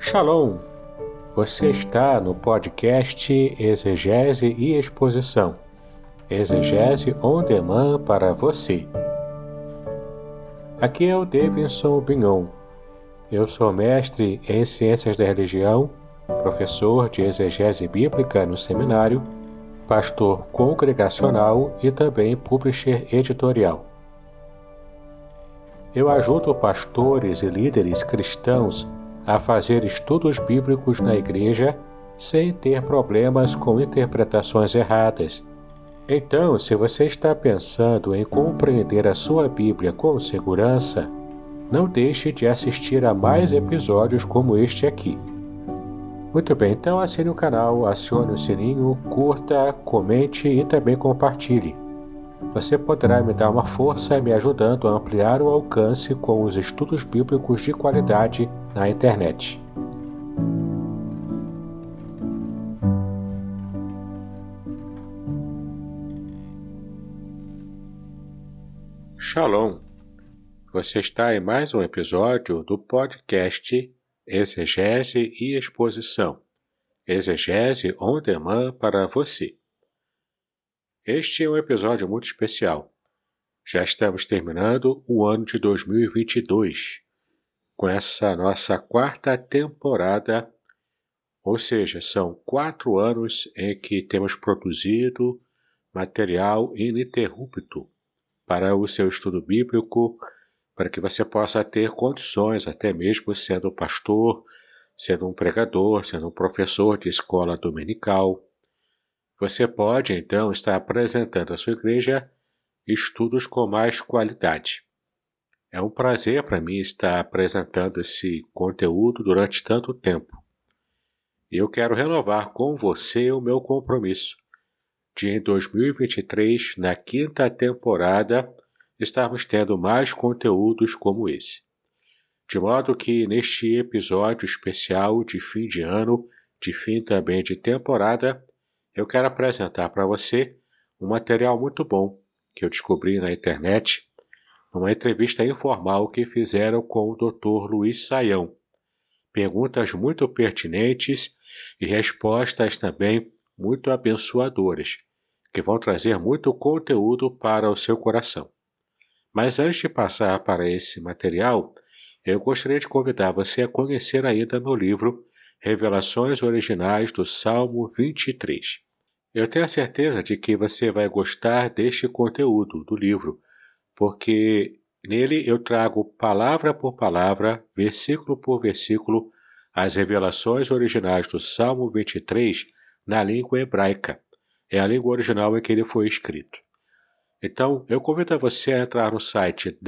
Shalom! Você está no podcast Exegese e Exposição. Exegese on demand para você. Aqui é o Davidson Bignon. Eu sou mestre em Ciências da Religião, professor de Exegese Bíblica no seminário, pastor congregacional e também publisher editorial. Eu ajudo pastores e líderes cristãos a fazer estudos bíblicos na igreja sem ter problemas com interpretações erradas. Então, se você está pensando em compreender a sua Bíblia com segurança, não deixe de assistir a mais episódios como este aqui. Muito bem, então assine o canal, acione o sininho, curta, comente e também compartilhe. Você poderá me dar uma força me ajudando a ampliar o alcance com os estudos bíblicos de qualidade na internet. Shalom! Você está em mais um episódio do podcast Exegese e Exposição. Exegese on demand para você. Este é um episódio muito especial. Já estamos terminando o ano de 2022, com essa nossa quarta temporada, ou seja, são 4 anos em que temos produzido material ininterrupto para o seu estudo bíblico, para que você possa ter condições, até mesmo sendo pastor, sendo um pregador, sendo um professor de escola dominical. Você pode, então, estar apresentando à sua igreja estudos com mais qualidade. É um prazer para mim estar apresentando esse conteúdo durante tanto tempo. E eu quero renovar com você o meu compromisso de, em 2023, na 5ª temporada, estarmos tendo mais conteúdos como esse. De modo que, neste episódio especial de fim de ano, de fim também de temporada, eu quero apresentar para você um material muito bom que eu descobri na internet, numa entrevista informal que fizeram com o Dr. Luiz Saião. Perguntas muito pertinentes e respostas também muito abençoadoras, que vão trazer muito conteúdo para o seu coração. Mas antes de passar para esse material, eu gostaria de convidar você a conhecer ainda meu livro Revelações Originais do Salmo 23. Eu tenho a certeza de que você vai gostar deste conteúdo do livro, porque nele eu trago palavra por palavra, versículo por versículo, as revelações originais do Salmo 23 na língua hebraica. É a língua original em que ele foi escrito. Então, eu convido você a entrar no site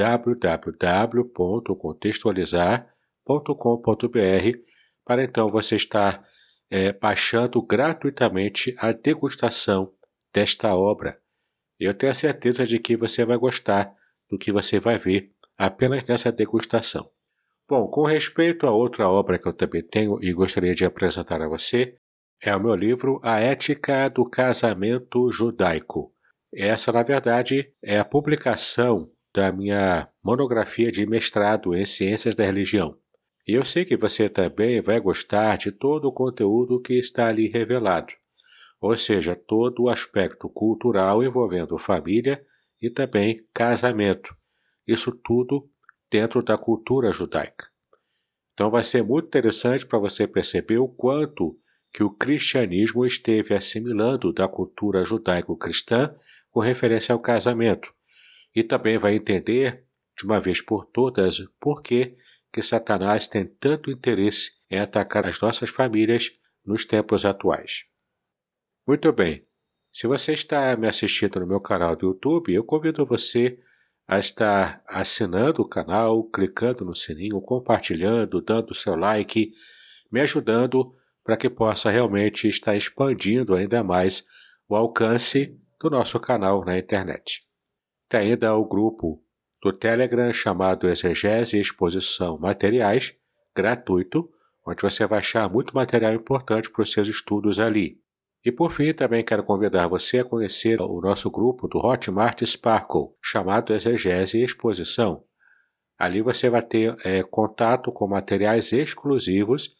www.contextualizar.com.br para então você estar baixando gratuitamente a degustação desta obra. Eu tenho a certeza de que você vai gostar do que você vai ver apenas nessa degustação. Bom, com respeito a outra obra que eu também tenho e gostaria de apresentar a você, é o meu livro A Ética do Casamento Judaico. Essa, na verdade, é a publicação da minha monografia de mestrado em Ciências da Religião. E eu sei que você também vai gostar de todo o conteúdo que está ali revelado, ou seja, todo o aspecto cultural envolvendo família e também casamento. Isso tudo dentro da cultura judaica. Então vai ser muito interessante para você perceber o quanto que o cristianismo esteve assimilando da cultura judaico-cristã com referência ao casamento. E também vai entender, de uma vez por todas, por que Satanás tem tanto interesse em atacar as nossas famílias nos tempos atuais. Muito bem, se você está me assistindo no meu canal do YouTube, eu convido você a estar assinando o canal, clicando no sininho, compartilhando, dando seu like, me ajudando para que possa realmente estar expandindo ainda mais o alcance do nosso canal na internet. Tem ainda o grupo do Telegram chamado Exegese e Exposição Materiais, gratuito, onde você vai achar muito material importante para os seus estudos ali. E por fim, também quero convidar você a conhecer o nosso grupo do Hotmart Sparkle, chamado Exegese e Exposição. Ali você vai ter contato com materiais exclusivos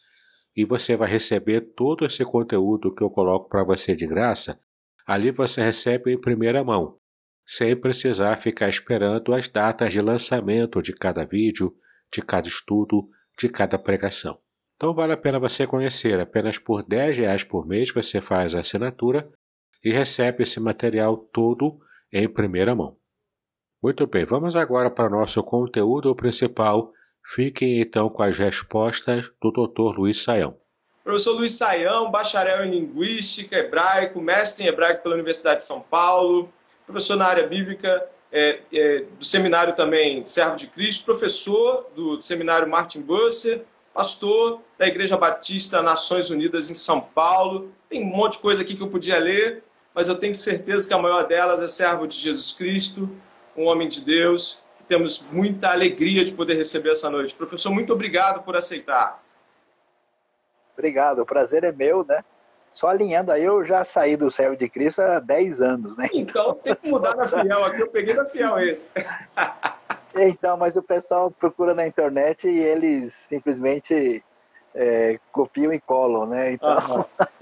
e você vai receber todo esse conteúdo que eu coloco para você de graça. Ali você recebe em primeira mão, sem precisar ficar esperando as datas de lançamento de cada vídeo, de cada estudo, de cada pregação. Então vale a pena você conhecer. Apenas por R$ 10 por mês você faz a assinatura e recebe esse material todo em primeira mão. Muito bem, vamos agora para o nosso conteúdo principal. Fiquem então com as respostas do Dr. Luiz Saião. Professor Luiz Saião, bacharel em Linguística, Hebraico, mestre em Hebraico pela Universidade de São Paulo, professor na área bíblica do seminário também Servo de Cristo, professor do seminário Martin Busser, pastor da Igreja Batista Nações Unidas em São Paulo. Tem um monte de coisa aqui que eu podia ler, mas eu tenho certeza que a maior delas é servo de Jesus Cristo, um homem de Deus, que temos muita alegria de poder receber essa noite. Professor, muito obrigado por aceitar. Obrigado, o prazer é meu, né? Só alinhando aí, eu já saí do Servo de Cristo há 10 anos, né? Então tem que mudar na Fiel aqui, eu peguei na Fiel esse. Então, mas o pessoal procura na internet e eles simplesmente copiam e colam, né? Então,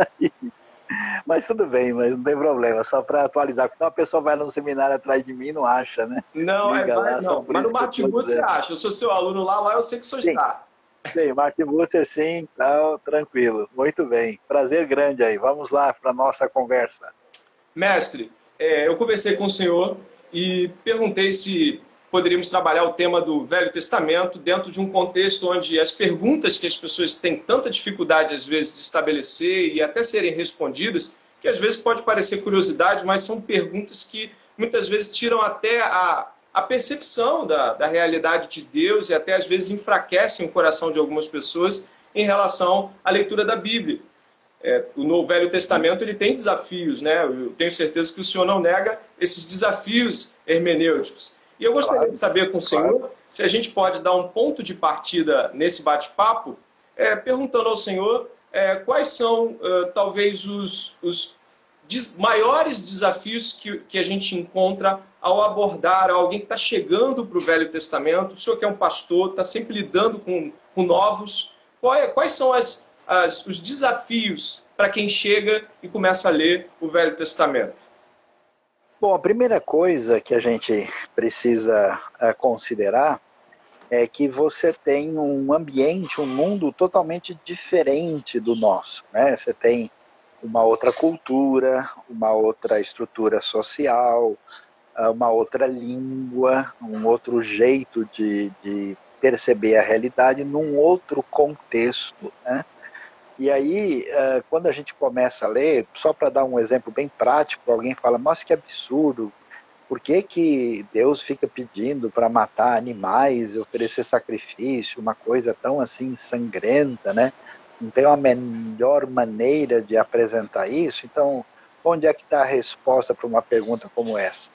mas tudo bem, mas não tem problema, só para atualizar, porque uma pessoa vai no seminário atrás de mim e não acha, né? Não, mas no Martin Busser você acha, eu sou seu aluno lá eu sei que o senhor está. Sim, Martin Busser, sim, tá, tranquilo, muito bem, prazer grande aí, vamos lá para a nossa conversa. Mestre, eu conversei com o senhor e perguntei se poderíamos trabalhar o tema do Velho Testamento dentro de um contexto onde as perguntas que as pessoas têm tanta dificuldade, às vezes, de estabelecer e até serem respondidas, que às vezes pode parecer curiosidade, mas são perguntas que muitas vezes tiram até a percepção da realidade de Deus e até às vezes enfraquecem o coração de algumas pessoas em relação à leitura da Bíblia. O Novo Velho Testamento ele tem desafios, né? Eu tenho certeza que o senhor não nega esses desafios hermenêuticos. E eu gostaria de saber com o senhor se a gente pode dar um ponto de partida nesse bate-papo, perguntando ao senhor quais são talvez os maiores desafios que a gente encontra ao abordar alguém que está chegando para o Velho Testamento. O senhor que é um pastor, está sempre lidando com novos. Quais são os desafios para quem chega e começa a ler o Velho Testamento? Bom, a primeira coisa que a gente precisa considerar é que você tem um ambiente, um mundo totalmente diferente do nosso, né? Você tem uma outra cultura, uma outra estrutura social, uma outra língua, um outro jeito de perceber a realidade num outro contexto, né? E aí, quando a gente começa a ler, só para dar um exemplo bem prático, alguém fala, nossa, que absurdo, por que Deus fica pedindo para matar animais, oferecer sacrifício, uma coisa tão assim sangrenta, né? Não tem uma melhor maneira de apresentar isso? Então, onde é que está a resposta para uma pergunta como essa?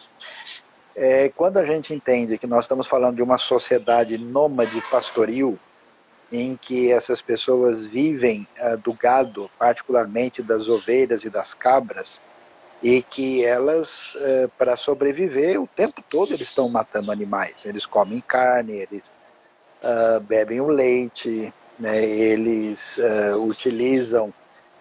Quando a gente entende que nós estamos falando de uma sociedade nômade pastoril, em que essas pessoas vivem do gado, particularmente das ovelhas e das cabras, e que elas, para sobreviver, o tempo todo eles estão matando animais. Eles comem carne, eles bebem o leite, né, eles utilizam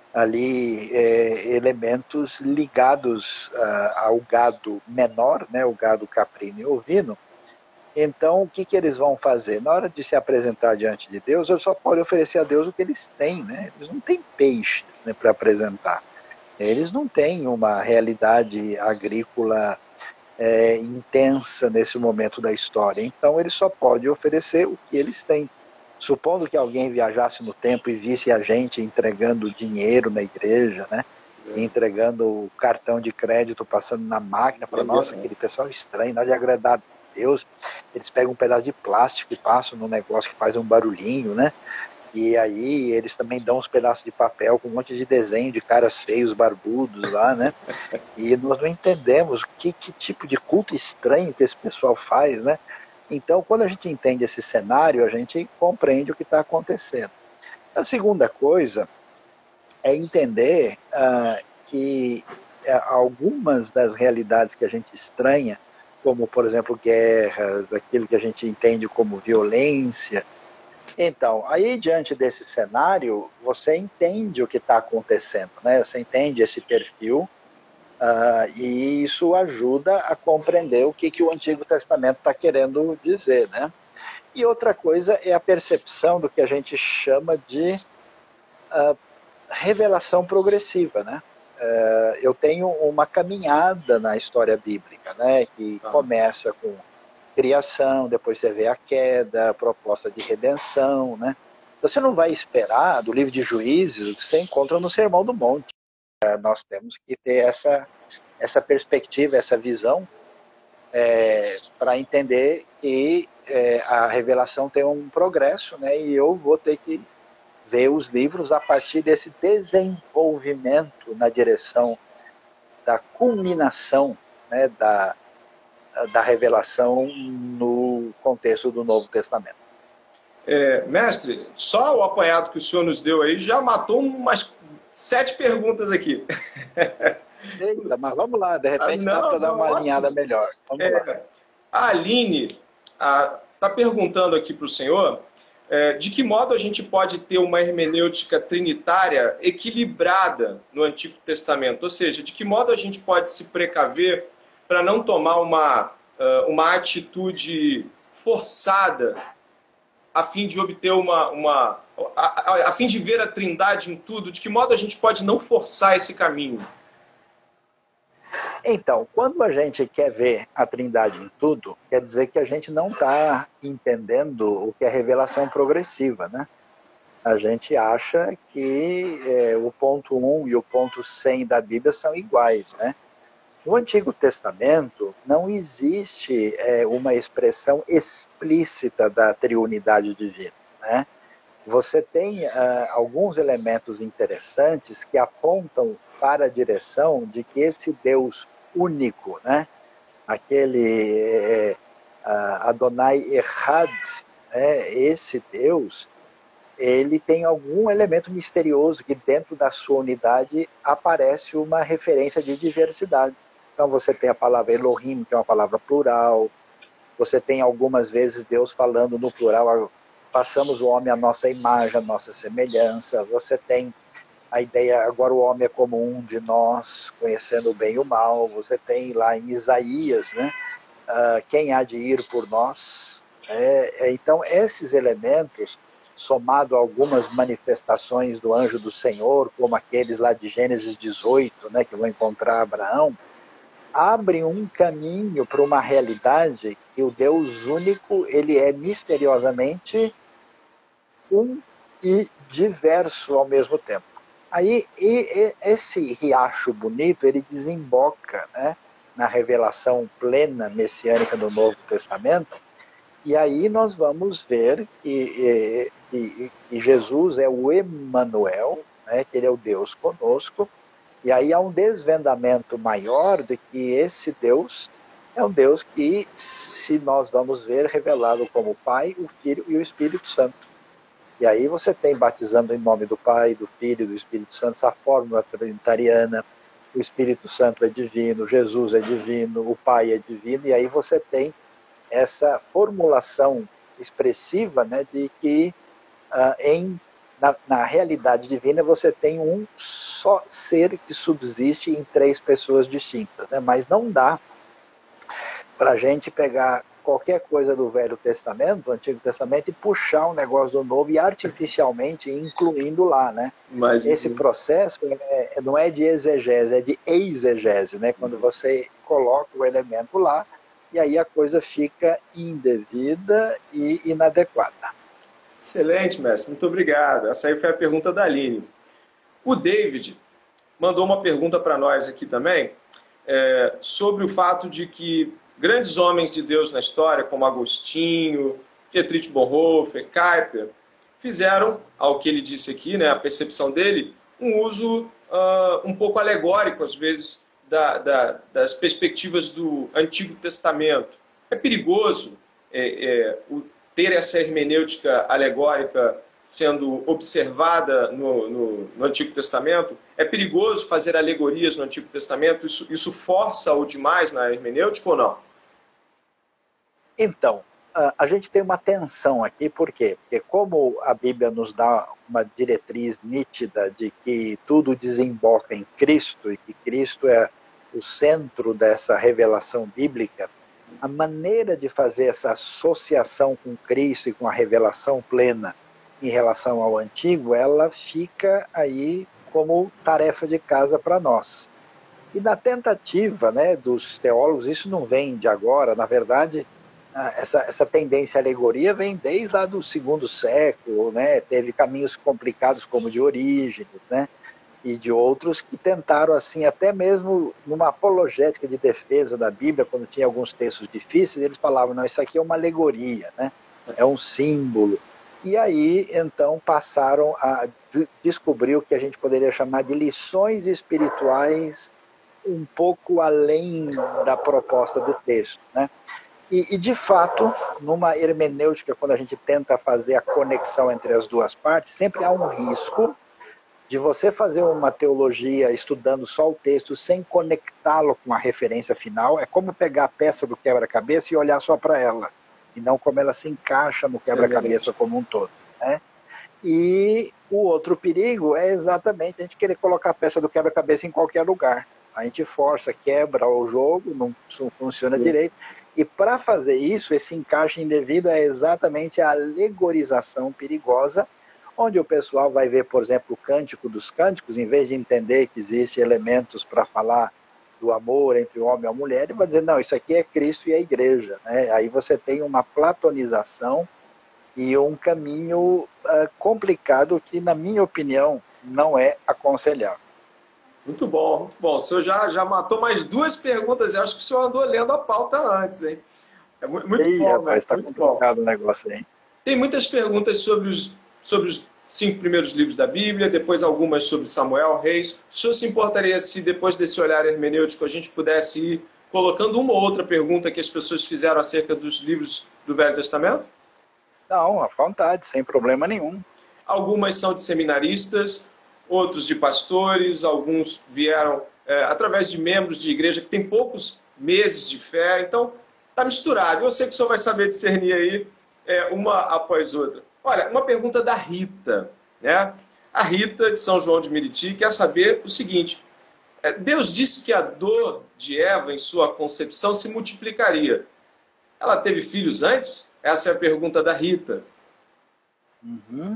ali elementos ligados ao gado menor, né, o gado caprino e ovino. Então, o que eles vão fazer? Na hora de se apresentar diante de Deus, eles só podem oferecer a Deus o que eles têm, né? Eles não têm peixes, né, para apresentar. Eles não têm uma realidade agrícola intensa nesse momento da história. Então, eles só podem oferecer o que eles têm. Supondo que alguém viajasse no tempo e visse a gente entregando dinheiro na igreja, né? Entregando o cartão de crédito, passando na máquina, fala, nossa, aquele pessoal estranho, na hora de agradar Deus, eles pegam um pedaço de plástico e passam num negócio que faz um barulhinho, né? E aí eles também dão uns pedaços de papel com um monte de desenho de caras feios, barbudos lá, né? E nós não entendemos que tipo de culto estranho que esse pessoal faz, né? Então, quando a gente entende esse cenário, a gente compreende o que está acontecendo. A segunda coisa é entender que algumas das realidades que a gente estranha, como, por exemplo, guerras, aquilo que a gente entende como violência, Então, aí diante desse cenário, você entende o que está acontecendo, né? Você entende esse perfil, e isso ajuda a compreender o que o Antigo Testamento está querendo dizer, né? E outra coisa é a percepção do que a gente chama de revelação progressiva, né? Eu tenho uma caminhada na história bíblica, né? Que começa com criação, depois você vê a queda, a proposta de redenção, né? Você não vai esperar do livro de Juízes o que você encontra no Sermão do Monte. Nós temos que ter essa perspectiva, essa visão, para entender que a revelação tem um progresso, né? E eu vou ter que ver os livros a partir desse desenvolvimento na direção da culminação, né, da revelação no contexto do Novo Testamento. Mestre, só o apanhado que o senhor nos deu aí já matou umas 7 perguntas aqui. Eita, mas vamos lá, de repente dá para dar uma alinhada melhor. Vamos lá. A Aline está perguntando aqui para o senhor de que modo a gente pode ter uma hermenêutica trinitária equilibrada no Antigo Testamento? Ou seja, de que modo a gente pode se precaver para não tomar uma atitude forçada a fim de obter a fim de ver a Trindade em tudo? De que modo a gente pode não forçar esse caminho? Então, quando a gente quer ver a Trindade em tudo, quer dizer que a gente não está entendendo o que é revelação progressiva, né? A gente acha que o ponto 1 e o ponto 100 da Bíblia são iguais, né? No Antigo Testamento não existe uma expressão explícita da triunidade divina, né? Você tem alguns elementos interessantes que apontam para a direção de que esse Deus único, né? Aquele Adonai Echad, esse Deus, ele tem algum elemento misterioso que dentro da sua unidade aparece uma referência de diversidade. Então você tem a palavra Elohim, que é uma palavra plural, você tem algumas vezes Deus falando no plural, passamos o homem à nossa imagem, à nossa semelhança. Você tem a ideia, agora o homem é como um de nós, conhecendo o bem e o mal. Você tem lá em Isaías, né? Quem há de ir por nós? Então, esses elementos, somado a algumas manifestações do anjo do Senhor, como aqueles lá de Gênesis 18, né, que vão encontrar Abraão, abrem um caminho para uma realidade que o Deus único, ele é misteriosamente um e diverso ao mesmo tempo. Aí esse riacho bonito, ele desemboca, né, na revelação plena messiânica do Novo Testamento, e aí nós vamos ver que Jesus é o Emanuel, né, que ele é o Deus conosco, e aí há um desvendamento maior de que esse Deus é um Deus que, se nós vamos ver, revelado como o Pai, o Filho e o Espírito Santo. E aí você tem batizando em nome do Pai, do Filho e do Espírito Santo, essa fórmula trinitariana. O Espírito Santo é divino, Jesus é divino, o Pai é divino, e aí você tem essa formulação expressiva, né, de que na realidade divina você tem um só ser que subsiste em 3 pessoas distintas, né? Mas não dá para a gente pegar qualquer coisa do Velho Testamento, do Antigo Testamento, e puxar um negócio do Novo e artificialmente incluindo lá, né? Esse processo não é de exegese, é de exegese, né? Quando você coloca o elemento lá, e aí a coisa fica indevida e inadequada. Excelente, mestre. Muito obrigado. Essa aí foi a pergunta da Aline. O David mandou uma pergunta para nós aqui também, sobre o fato de que grandes homens de Deus na história, como Agostinho, Dietrich Bonhoeffer, Kuyper, fizeram, ao que ele disse aqui, né, a percepção dele, um uso um pouco alegórico, às vezes, das perspectivas do Antigo Testamento. É perigoso ter essa hermenêutica alegórica sendo observada no Antigo Testamento? É perigoso fazer alegorias no Antigo Testamento? Isso força o demais na hermenêutica ou não? Então, a gente tem uma tensão aqui, por quê? Porque como a Bíblia nos dá uma diretriz nítida de que tudo desemboca em Cristo e que Cristo é o centro dessa revelação bíblica, a maneira de fazer essa associação com Cristo e com a revelação plena em relação ao Antigo, ela fica aí como tarefa de casa para nós. E na tentativa, né, dos teólogos, isso não vem de agora, na verdade, essa tendência à alegoria vem desde lá do segundo século, né, teve caminhos complicados como de Orígenes, né, e de outros que tentaram, assim, até mesmo numa apologética de defesa da Bíblia, quando tinha alguns textos difíceis, eles falavam, não, isso aqui é uma alegoria, né, é um símbolo. E aí, então, passaram a descobrir o que a gente poderia chamar de lições espirituais um pouco além da proposta do texto, né? E, de fato, numa hermenêutica, quando a gente tenta fazer a conexão entre as duas partes, sempre há um risco de você fazer uma teologia estudando só o texto sem conectá-lo com a referência final. É como pegar a peça do quebra-cabeça e olhar só para ela, e não como ela se encaixa no quebra-cabeça como um todo, né? E o outro perigo é exatamente a gente querer colocar a peça do quebra-cabeça em qualquer lugar. A gente força, quebra o jogo, não funciona direito. E para fazer isso, esse encaixe indevido é exatamente a alegorização perigosa, onde o pessoal vai ver, por exemplo, o Cântico dos Cânticos, em vez de entender que existem elementos para falar do amor entre o homem e a mulher, ele vai dizer, não, isso aqui é Cristo e a igreja, né? Aí você tem uma platonização e um caminho complicado que, na minha opinião, não é aconselhável. Muito bom, muito bom. O senhor já matou mais duas perguntas. Eu acho que o senhor andou lendo a pauta antes, hein? É muito Ih, bom, rapaz, né? está Muito bom. complicado o negócio aí. Tem muitas perguntas sobre os 5 primeiros livros da Bíblia, depois algumas sobre Samuel, Reis. O senhor se importaria se depois desse olhar hermenêutico a gente pudesse ir colocando uma ou outra pergunta que as pessoas fizeram acerca dos livros do Velho Testamento? Não, à vontade, sem problema nenhum. Algumas são de seminaristas, outros de pastores, alguns vieram através de membros de igreja que têm poucos meses de fé, então está misturado. Eu sei que o senhor vai saber discernir aí uma após outra. Olha, uma pergunta da Rita, né? A Rita, de São João de Meriti, quer saber o seguinte, Deus disse que a dor de Eva em sua concepção se multiplicaria. Ela teve filhos antes? Essa é a pergunta da Rita. Uhum.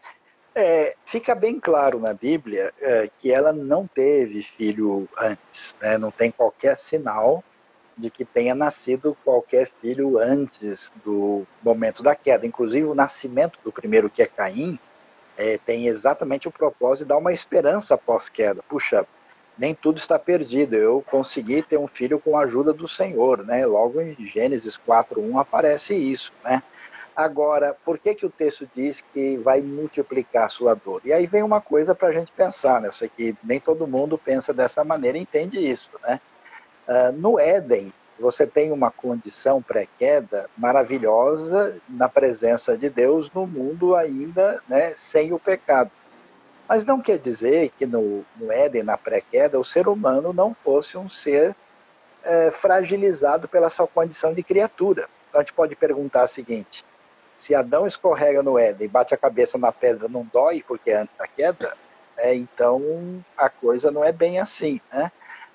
Fica bem claro na Bíblia que ela não teve filho antes, né? Não tem qualquer sinal de que tenha nascido qualquer filho antes do momento da queda. Inclusive, o nascimento do primeiro, que é Caim, tem exatamente o propósito de dar uma esperança pós-queda. Puxa, nem tudo está perdido, eu consegui ter um filho com a ajuda do Senhor, né? Logo em Gênesis 4:1 aparece isso, né? Agora, por que o texto diz que vai multiplicar a sua dor? E aí vem uma coisa para a gente pensar, né? Eu sei que nem todo mundo pensa dessa maneira e entende isso, né? No Éden, você tem uma condição pré-queda maravilhosa na presença de Deus no mundo ainda, né, sem o pecado. Mas não quer dizer que no Éden, na pré-queda, o ser humano não fosse um ser fragilizado pela sua condição de criatura. Então a gente pode perguntar o seguinte, se Adão escorrega no Éden e bate a cabeça na pedra, não dói porque é antes da queda? Então a coisa não é bem assim, né?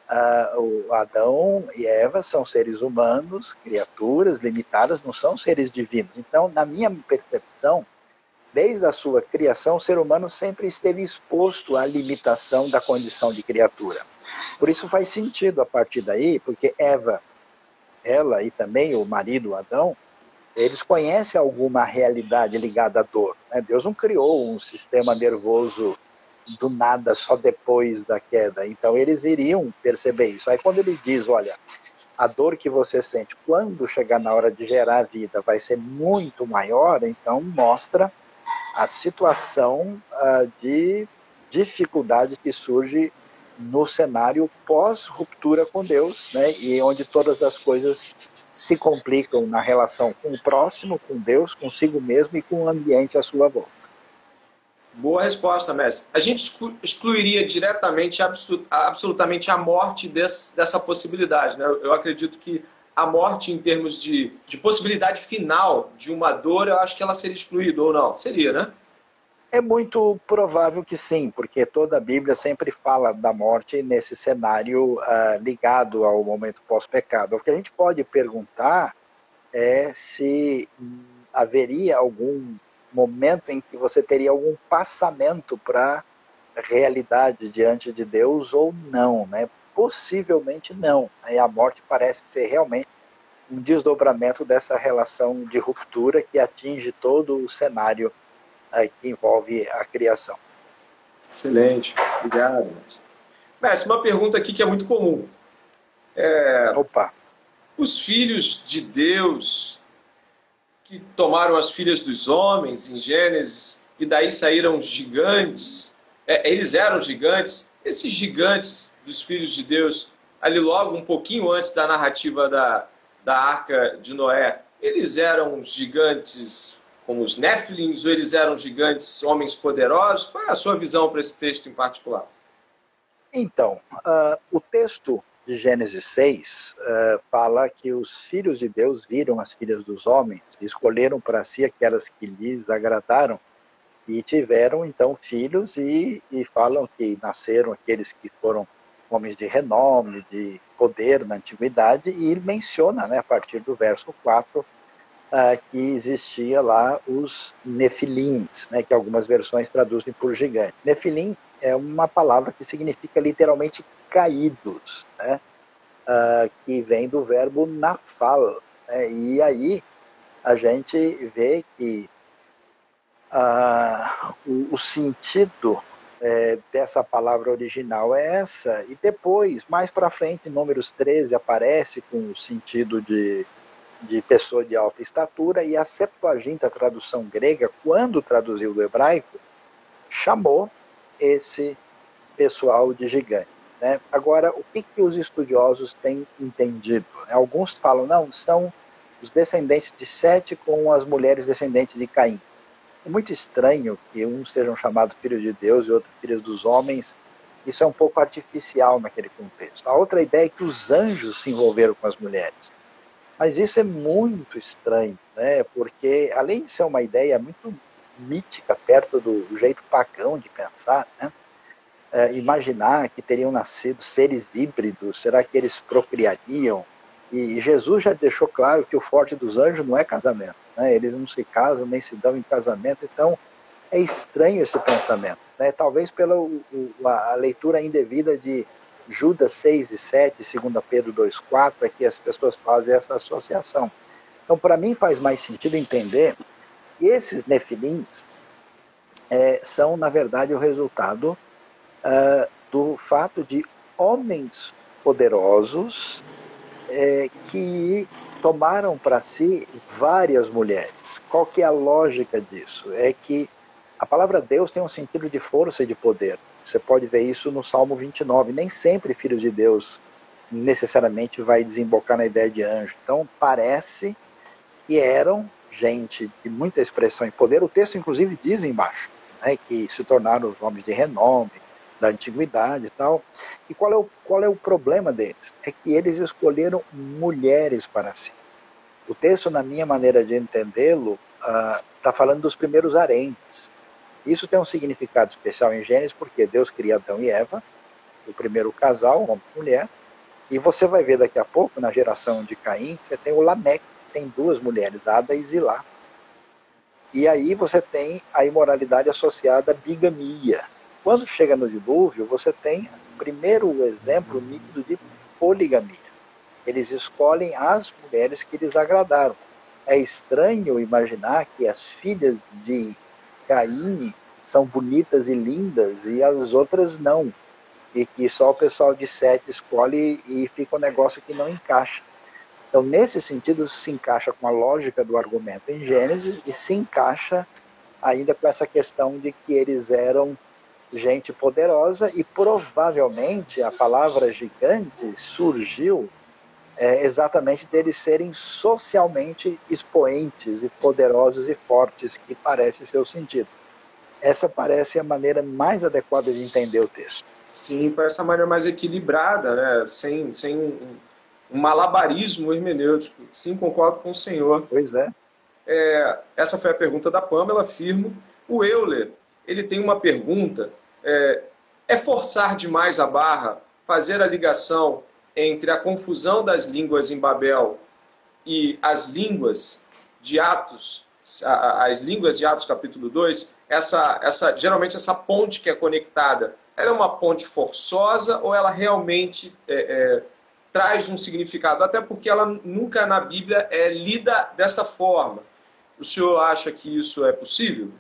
O Adão e Eva são seres humanos, criaturas limitadas, não são seres divinos. Então, na minha percepção, desde a sua criação, o ser humano sempre esteve exposto à limitação da condição de criatura. Por isso faz sentido a partir daí, porque Eva, ela e também o marido Adão, eles conhecem alguma realidade ligada à dor, né? Deus não criou um sistema nervoso do nada só depois da queda, então eles iriam perceber isso. Aí quando ele diz, olha, a dor que você sente quando chegar na hora de gerar a vida vai ser muito maior, então mostra a situação de dificuldade que surge no cenário pós-ruptura com Deus, né? E onde todas as coisas se complicam na relação com o próximo, com Deus, consigo mesmo e com o ambiente à sua volta. Boa resposta, mestre. A gente excluiria diretamente, absolutamente a morte dessa possibilidade, né? Eu acredito que a morte em termos de possibilidade final de uma dor, eu acho que ela seria excluída ou não? Seria, né? É muito provável que sim, porque toda a Bíblia sempre fala da morte nesse cenário ligado ao momento pós-pecado. O que a gente pode perguntar é se haveria algum momento em que você teria algum passamento para a realidade diante de Deus ou não, né? Possivelmente não. E a morte parece ser realmente um desdobramento dessa relação de ruptura que atinge todo o cenário que envolve a criação. Excelente, obrigado. Mestre, uma pergunta aqui que é muito comum. Opa! Os filhos de Deus que tomaram as filhas dos homens em Gênesis e daí saíram gigantes, eles eram gigantes, esses gigantes dos filhos de Deus, ali logo um pouquinho antes da narrativa da Arca de Noé, eles eram gigantes como os Néfilins ou eles eram gigantes, homens poderosos? Qual é a sua visão para esse texto em particular? Então, o texto de Gênesis 6 fala que os filhos de Deus viram as filhas dos homens, escolheram para si aquelas que lhes agradaram e tiveram então filhos e falam que nasceram aqueles que foram homens de renome, de poder na antiguidade, e ele menciona, né, a partir do verso 4, que existia lá os nefilins, né, que algumas versões traduzem por gigante. Nefilim é uma palavra que significa literalmente caídos, né, que vem do verbo nafal, né, e aí a gente vê que o sentido dessa palavra original é essa, e depois, mais para frente, em Números 13, aparece com o sentido de pessoa de alta estatura, e a Septuaginta, a tradução grega, quando traduziu do hebraico, chamou esse pessoal de gigante, né? Agora, o que os estudiosos têm entendido? Alguns falam, não, são os descendentes de Sete com as mulheres descendentes de Caim. É muito estranho que uns sejam chamados filhos de Deus e outros filhos dos homens. Isso é um pouco artificial naquele contexto. A outra ideia é que os anjos se envolveram com as mulheres. Mas isso é muito estranho, né? Porque além de ser uma ideia muito mítica, perto do jeito pagão de pensar, né? Imaginar que teriam nascido seres híbridos, será que eles procriariam? E Jesus já deixou claro que o forte dos anjos não é casamento, né? Eles não se casam nem se dão em casamento, então é estranho esse pensamento, né? Talvez pela a leitura indevida de Judas 6 e 7, 2 Pedro 2,4, é que as pessoas fazem essa associação. Então, para mim, faz mais sentido entender que esses nefilins são, na verdade, o resultado do fato de homens poderosos que tomaram para si várias mulheres. Qual que é a lógica disso? É que a palavra Deus tem um sentido de força e de poder. Você pode ver isso no Salmo 29. Nem sempre filhos de Deus necessariamente vai desembocar na ideia de anjo. Então parece que eram gente de muita expressão e poder. O texto inclusive diz embaixo, né, que se tornaram os homens de renome, da antiguidade e tal. E qual é o problema deles? É que eles escolheram mulheres para si. O texto, na minha maneira de entendê-lo, está falando dos primeiros haréns. Isso tem um significado especial em Gênesis, porque Deus cria Adão e Eva, o primeiro casal, homem e mulher, e você vai ver daqui a pouco, na geração de Caim, você tem o Lameque, que tem duas mulheres, Ada e Zilá. E aí você tem a imoralidade associada à bigamia. Quando chega no dilúvio, você tem o primeiro exemplo nítido de poligamia. Eles escolhem as mulheres que lhes agradaram. É estranho imaginar que as filhas de Caim são bonitas e lindas e as outras não. E que só o pessoal de Sete escolhe e fica um negócio que não encaixa. Então, nesse sentido, se encaixa com a lógica do argumento em Gênesis e se encaixa ainda com essa questão de que eles eram gente poderosa e provavelmente a palavra gigante surgiu exatamente deles serem socialmente expoentes e poderosos e fortes, que parece ser o sentido. Essa parece a maneira mais adequada de entender o texto. Sim, parece a maneira mais equilibrada, né? Sem um malabarismo hermenêutico. Sim, concordo com o senhor. Pois é. Essa foi a pergunta da Pamela, afirmo. O Euler, ele tem uma pergunta. É forçar demais a barra fazer a ligação entre a confusão das línguas em Babel e as línguas de Atos, as línguas de Atos capítulo 2, geralmente essa ponte que é conectada, ela é uma ponte forçosa ou ela realmente traz um significado? Até porque ela nunca na Bíblia é lida desta forma. O senhor acha que isso é possível?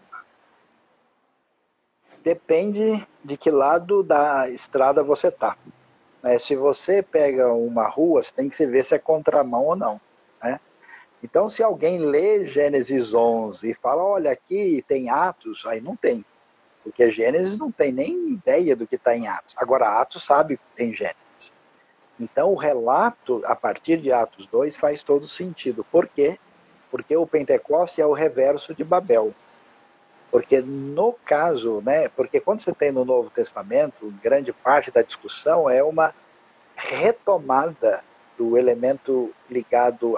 Depende de que lado da estrada você está. Se você pega uma rua, você tem que ver se é contramão ou não. Né? Então, se alguém lê Gênesis 11 e fala, olha, aqui tem Atos, aí não tem. Porque Gênesis não tem nem ideia do que está em Atos. Agora, Atos sabe que tem Gênesis. Então, o relato, a partir de Atos 2, faz todo sentido. Por quê? Porque o Pentecoste é o reverso de Babel. Porque no caso, porque quando você tem no Novo Testamento, grande parte da discussão é uma retomada do elemento ligado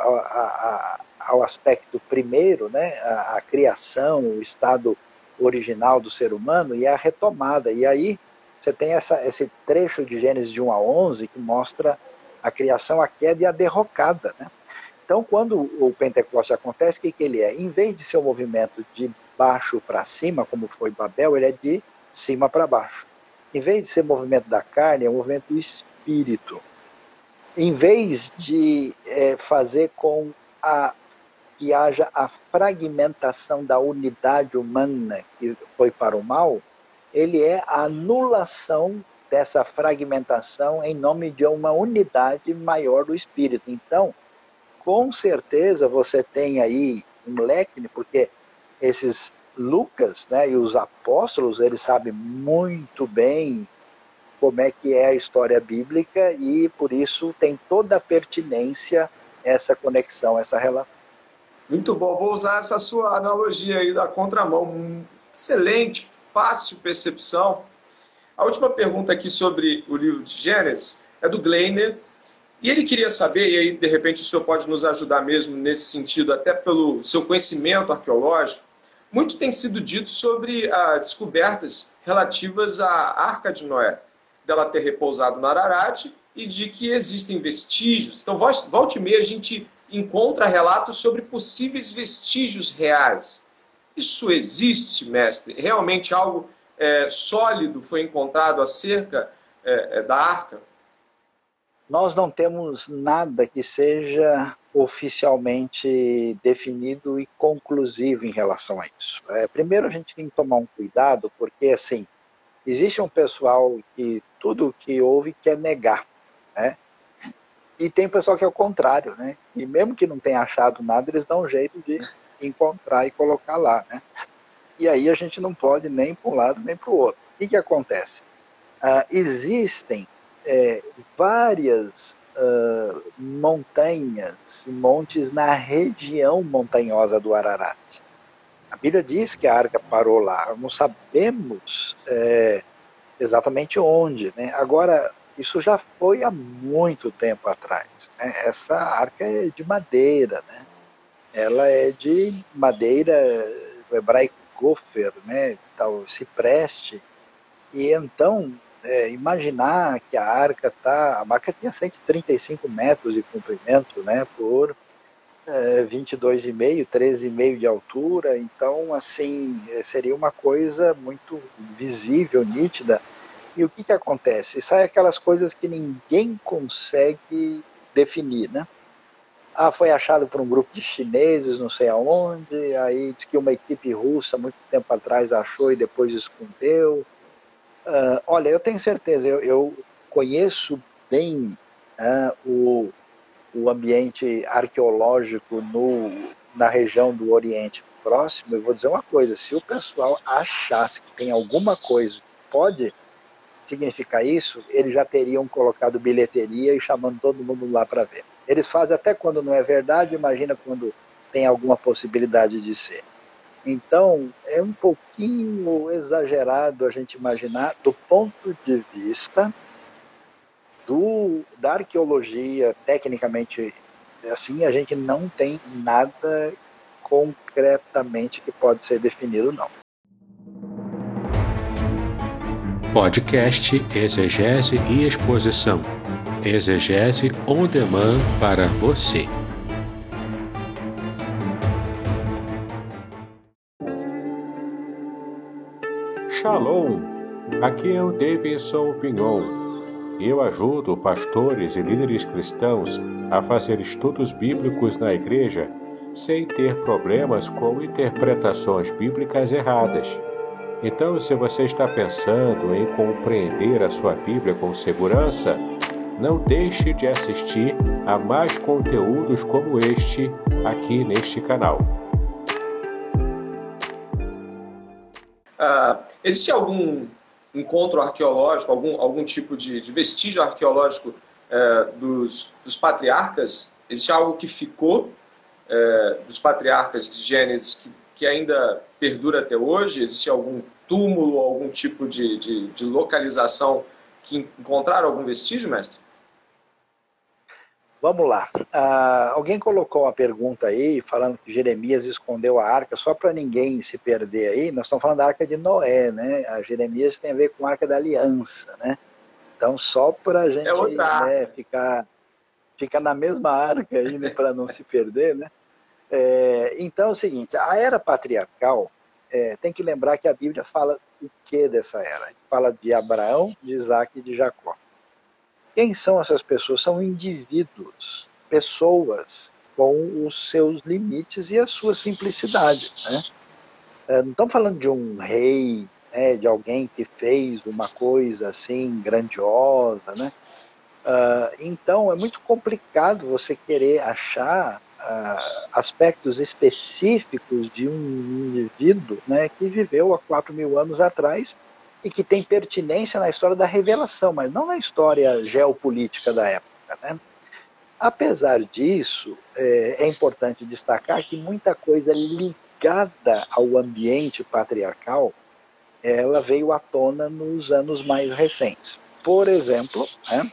ao aspecto primeiro, a criação, o estado original do ser humano e a retomada. E aí você tem esse trecho de Gênesis de 1 a 11 que mostra a criação, a queda e a derrocada. Então, quando o Pentecoste acontece, o que ele é? Em vez de ser um movimento de baixo para cima, como foi Babel, ele é de cima para baixo. Em vez de ser movimento da carne, é um movimento do espírito. Em vez de fazer com que haja a fragmentação da unidade humana que foi para o mal, ele é a anulação dessa fragmentação em nome de uma unidade maior do espírito. Então, com certeza você tem aí um leque, porque esses Lucas, e os apóstolos, eles sabem muito bem como é que é a história bíblica e por isso tem toda a pertinência essa conexão, essa relação. Muito bom, vou usar essa sua analogia aí da contramão. Excelente, fácil percepção. A última pergunta aqui sobre o livro de Gênesis é do Gleiner. E ele queria saber, e aí de repente o senhor pode nos ajudar mesmo nesse sentido, até pelo seu conhecimento arqueológico, muito tem sido dito sobre descobertas relativas à Arca de Noé, dela ter repousado no Ararat e de que existem vestígios. Então, volta e meia, a gente encontra relatos sobre possíveis vestígios reais. Isso existe, mestre? Realmente algo sólido foi encontrado acerca da Arca? Nós não temos nada que seja oficialmente definido e conclusivo em relação a isso. Primeiro a gente tem que tomar um cuidado, porque assim, existe um pessoal que tudo que ouve quer negar, e tem pessoal que é o contrário, e mesmo que não tenha achado nada, eles dão um jeito de encontrar e colocar lá, E aí a gente não pode nem para um lado nem para o outro. O que acontece? Existem várias montanhas, montes na região montanhosa do Ararat. A Bíblia diz que a arca parou lá, não sabemos exatamente onde. Agora, isso já foi há muito tempo atrás. Essa arca é de madeira, ela é de madeira, o hebraico gofer, tal, cipreste, e então imaginar que a arca tinha 135 metros de comprimento, por 22,5, 13,5 de altura, então assim seria uma coisa muito visível, nítida. E o que acontece? Sai aquelas coisas que ninguém consegue definir, foi achado por um grupo de chineses, não sei aonde, aí diz que uma equipe russa muito tempo atrás achou e depois escondeu. Olha, eu tenho certeza, eu conheço bem o ambiente arqueológico na região do Oriente Próximo. Eu vou dizer uma coisa, se o pessoal achasse que tem alguma coisa que pode significar isso, eles já teriam colocado bilheteria e chamando todo mundo lá para ver. Eles fazem até quando não é verdade, imagina quando tem alguma possibilidade de ser. Então, é um pouquinho exagerado a gente imaginar, do ponto de vista Da arqueologia, tecnicamente, assim, a gente não tem nada concretamente que pode ser definido, não. Podcast Exegese e Exposição. Exegese on demand para você. Shalom! Aqui é o Davidson Pignon. Eu ajudo pastores e líderes cristãos a fazer estudos bíblicos na igreja sem ter problemas com interpretações bíblicas erradas. Então, se você está pensando em compreender a sua Bíblia com segurança, não deixe de assistir a mais conteúdos como este aqui neste canal. Existe algum encontro arqueológico, algum tipo de vestígio arqueológico dos patriarcas? Existe algo que ficou dos patriarcas de Gênesis que ainda perdura até hoje? Existe algum túmulo, algum tipo de localização que encontraram algum vestígio, mestre? Vamos lá. Alguém colocou uma pergunta aí, falando que Jeremias escondeu a arca, só para ninguém se perder aí, nós estamos falando da arca de Noé, né? A Jeremias tem a ver com a arca da aliança, né? Então, só para a gente ficar na mesma arca aí, né, para não se perder, né? Então é o seguinte, a era patriarcal, tem que lembrar que a Bíblia fala o que dessa era? Fala de Abraão, de Isaac e de Jacó. Quem são essas pessoas? São indivíduos, pessoas com os seus limites e a sua simplicidade, né? Não estamos falando de um rei, né, de alguém que fez uma coisa assim grandiosa, né? Então é muito complicado você querer achar aspectos específicos de um indivíduo, né, que viveu há 4.000 anos atrás e que tem pertinência na história da revelação, mas não na história geopolítica da época, né? Apesar disso, é importante destacar que muita coisa ligada ao ambiente patriarcal, ela veio à tona nos anos mais recentes. Por exemplo, né,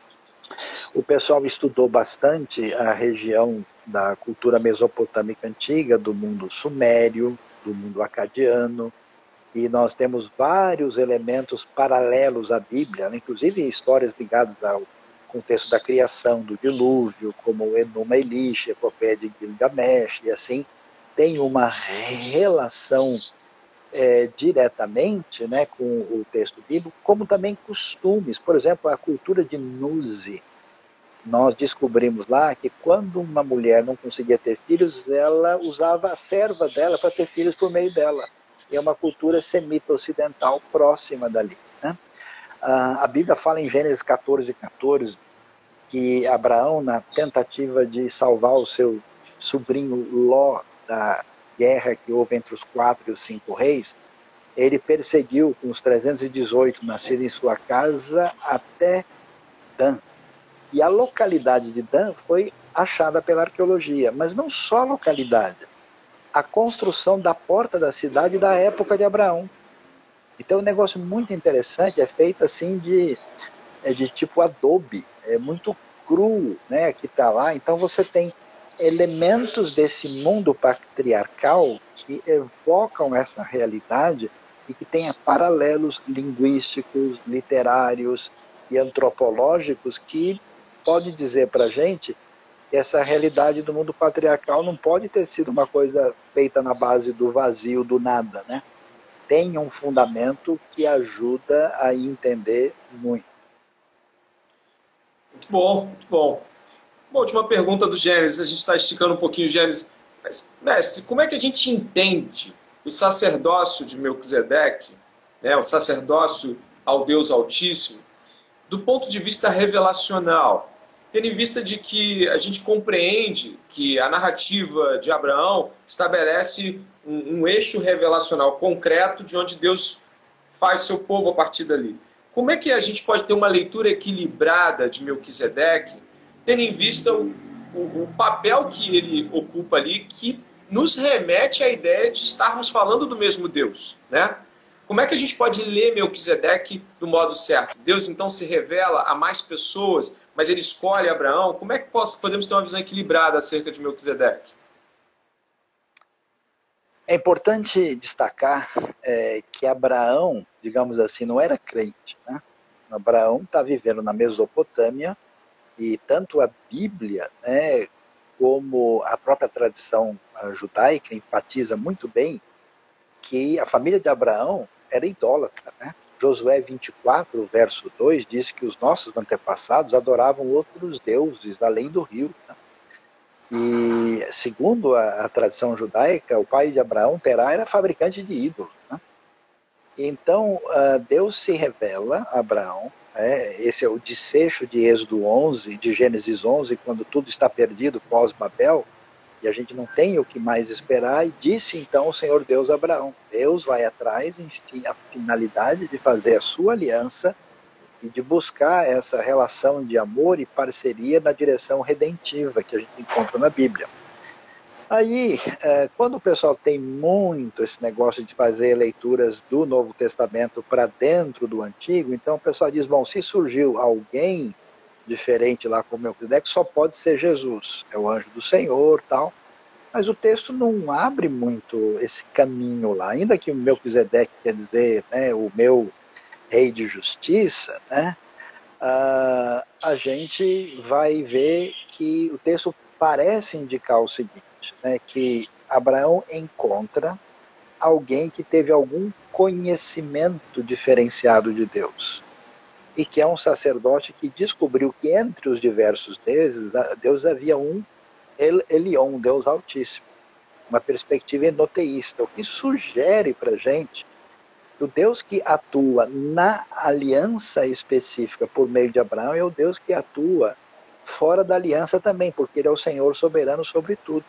o pessoal estudou bastante a região da cultura mesopotâmica antiga, do mundo sumério, do mundo acadiano, e nós temos vários elementos paralelos à Bíblia, né? Inclusive histórias ligadas ao contexto da criação, do dilúvio, como Enuma Elish, a epopeia de Gilgamesh, e assim, tem uma relação diretamente, né, com o texto bíblico, como também costumes. Por exemplo, a cultura de Nuzi. Nós descobrimos lá que quando uma mulher não conseguia ter filhos, ela usava a serva dela para ter filhos por meio dela. E é uma cultura semita ocidental próxima dali, né? A Bíblia fala em Gênesis 14:14 que Abraão, na tentativa de salvar o seu sobrinho Ló da guerra que houve entre os 4 e os 5 reis, ele perseguiu com os 318 nascidos em sua casa até Dan. E a localidade de Dan foi achada pela arqueologia, mas não só a localidade, a construção da porta da cidade da época de Abraão. Então um negócio muito interessante, é feito assim de tipo adobe, é muito cru, né, que está lá. Então você tem elementos desse mundo patriarcal que evocam essa realidade e que tenha paralelos linguísticos, literários e antropológicos que pode dizer para a gente que essa realidade do mundo patriarcal não pode ter sido uma coisa feita na base do vazio, do nada, né? Tem um fundamento que ajuda a entender muito. Muito bom, muito bom. Uma última pergunta do Gênesis, a gente está esticando um pouquinho o Gênesis. Mas, mestre, como é que a gente entende o sacerdócio de Melquisedeque, né, o sacerdócio ao Deus Altíssimo, do ponto de vista revelacional, tendo em vista de que a gente compreende que a narrativa de Abraão estabelece um eixo revelacional concreto de onde Deus faz seu povo a partir dali. Como é que a gente pode ter uma leitura equilibrada de Melquisedeque, tendo em vista o papel que ele ocupa ali, que nos remete à ideia de estarmos falando do mesmo Deus, né? Como é que a gente pode ler Melquisedeque do modo certo? Deus então se revela a mais pessoas, mas ele escolhe Abraão? Como é que podemos ter uma visão equilibrada acerca de Melquisedeque? É importante destacar que Abraão, digamos assim, não era crente, né? Abraão está vivendo na Mesopotâmia e tanto a Bíblia, né, como a própria tradição judaica enfatiza muito bem que a família de Abraão era idólatra, né? Josué 24, verso 2, diz que os nossos antepassados adoravam outros deuses além do rio, né? E, segundo a tradição judaica, o pai de Abraão, Terá, era fabricante de ídolos, né? Então, Deus se revela a Abraão. Esse é o desfecho de Êxodo 11, de Gênesis 11, quando tudo está perdido pós-Babel, e a gente não tem o que mais esperar, e disse então o Senhor Deus a Abraão. Deus vai atrás, enfim, a finalidade de fazer a sua aliança e de buscar essa relação de amor e parceria na direção redentiva que a gente encontra na Bíblia. Aí, quando o pessoal tem muito esse negócio de fazer leituras do Novo Testamento para dentro do Antigo, então o pessoal diz, bom, se surgiu alguém diferente lá com Melquisedeque, só pode ser Jesus, é o anjo do Senhor, tal. Mas o texto não abre muito esse caminho lá, ainda que o Melquisedeque quer dizer, né, o meu rei de justiça, né, a gente vai ver que o texto parece indicar o seguinte, né, que Abraão encontra alguém que teve algum conhecimento diferenciado de Deus, e que é um sacerdote que descobriu que entre os diversos deuses havia um Elion, um Deus altíssimo, uma perspectiva enoteísta, o que sugere para a gente que o Deus que atua na aliança específica por meio de Abraão é o Deus que atua fora da aliança também, porque ele é o Senhor soberano sobre tudo.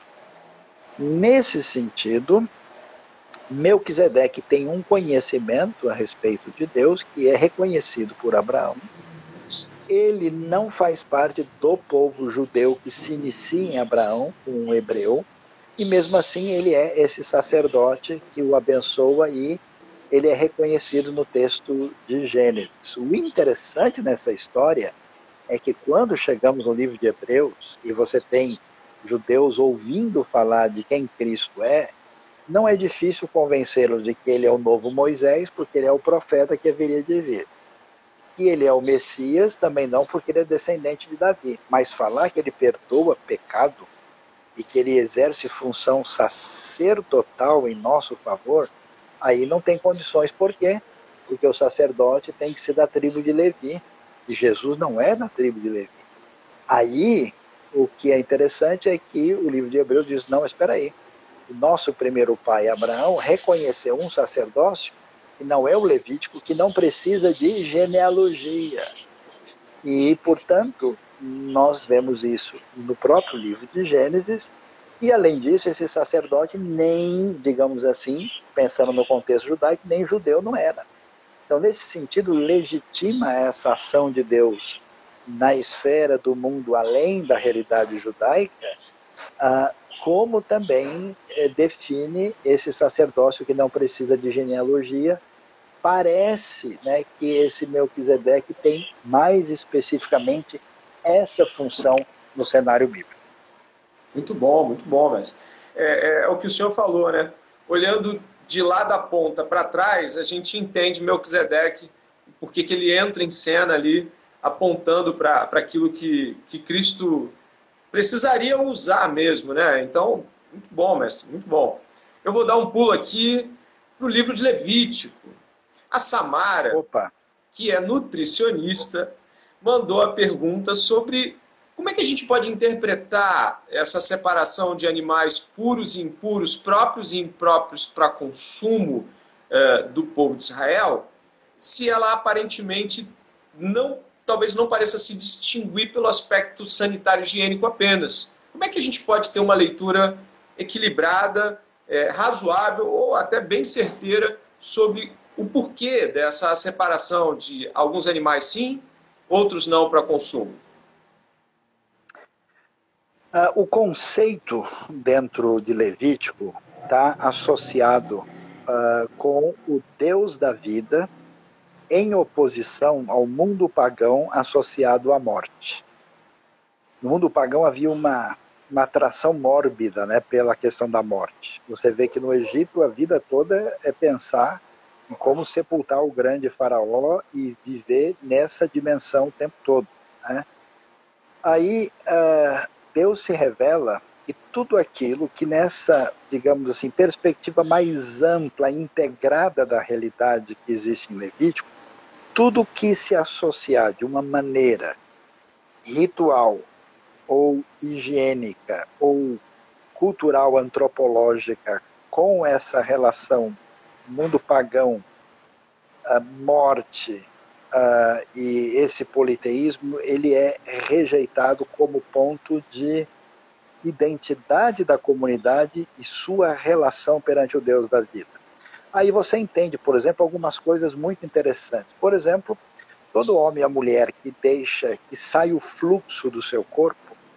Nesse sentido, Melquisedeque tem um conhecimento a respeito de Deus que é reconhecido por Abraão. Ele não faz parte do povo judeu que se inicia em Abraão, um hebreu, e mesmo assim ele é esse sacerdote que o abençoa e ele é reconhecido no texto de Gênesis. O interessante nessa história é que quando chegamos no livro de Hebreus e você tem judeus ouvindo falar de quem Cristo é, não é difícil convencê-los de que ele é o novo Moisés, porque ele é o profeta que haveria de vir. E ele é o Messias, também não, porque ele é descendente de Davi. Mas falar que ele perdoa pecado e que ele exerce função sacerdotal em nosso favor, aí não tem condições. Por quê? Porque o sacerdote tem que ser da tribo de Levi, e Jesus não é da tribo de Levi. Aí, o que é interessante é que o livro de Hebreus diz, não, espera aí, o nosso primeiro pai, Abraão, reconheceu um sacerdócio que não é o levítico, que não precisa de genealogia. E, portanto, nós vemos isso no próprio livro de Gênesis, e além disso, esse sacerdote nem, digamos assim, pensando no contexto judaico, nem judeu não era. Então, nesse sentido, legitima essa ação de Deus na esfera do mundo além da realidade judaica, como também define esse sacerdócio que não precisa de genealogia. Parece, né, que esse Melquisedeque tem mais especificamente essa função no cenário bíblico. Muito bom, mas é o que o senhor falou, né? Olhando de lá da ponta para trás, a gente entende Melquisedeque, porque que ele entra em cena ali, apontando para aquilo que Cristo precisaria usar mesmo, né? Então, muito bom, mestre, muito bom. Eu vou dar um pulo aqui para o livro de Levítico. A Samara, que é nutricionista, mandou a pergunta sobre como é que a gente pode interpretar essa separação de animais puros e impuros, próprios e impróprios para consumo do povo de Israel, se ela aparentemente talvez não pareça se distinguir pelo aspecto sanitário higiênico apenas. Como é que a gente pode ter uma leitura equilibrada, razoável ou até bem certeira sobre o porquê dessa separação de alguns animais sim, outros não para consumo? O conceito dentro de Levítico está associado com o Deus da vida em oposição ao mundo pagão associado à morte. No mundo pagão havia uma atração mórbida, né, pela questão da morte. Você vê que no Egito a vida toda é pensar em como sepultar o grande faraó e viver nessa dimensão o tempo todo, né? Aí Deus se revela e tudo aquilo que nessa, digamos assim, perspectiva mais ampla, integrada da realidade que existe em Levítico, tudo que se associar de uma maneira ritual ou higiênica ou cultural antropológica com essa relação mundo pagão, morte e esse politeísmo, ele é rejeitado como ponto de identidade da comunidade e sua relação perante o Deus da vida. Aí você entende, por exemplo, algumas coisas muito interessantes. Por exemplo, todo homem e mulher que deixa que sai o fluxo do seu corpo,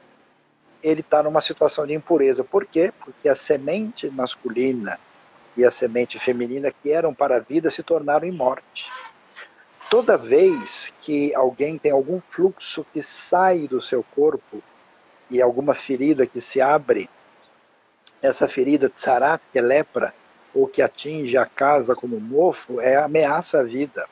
ele está numa situação de impureza. Por quê? Porque a semente masculina e a semente feminina que eram para a vida se tornaram em morte. Toda vez que alguém tem algum fluxo que sai do seu corpo e alguma ferida que se abre, essa ferida tsarat, que é lepra, ou que atinge a casa como mofo, ameaça a vida.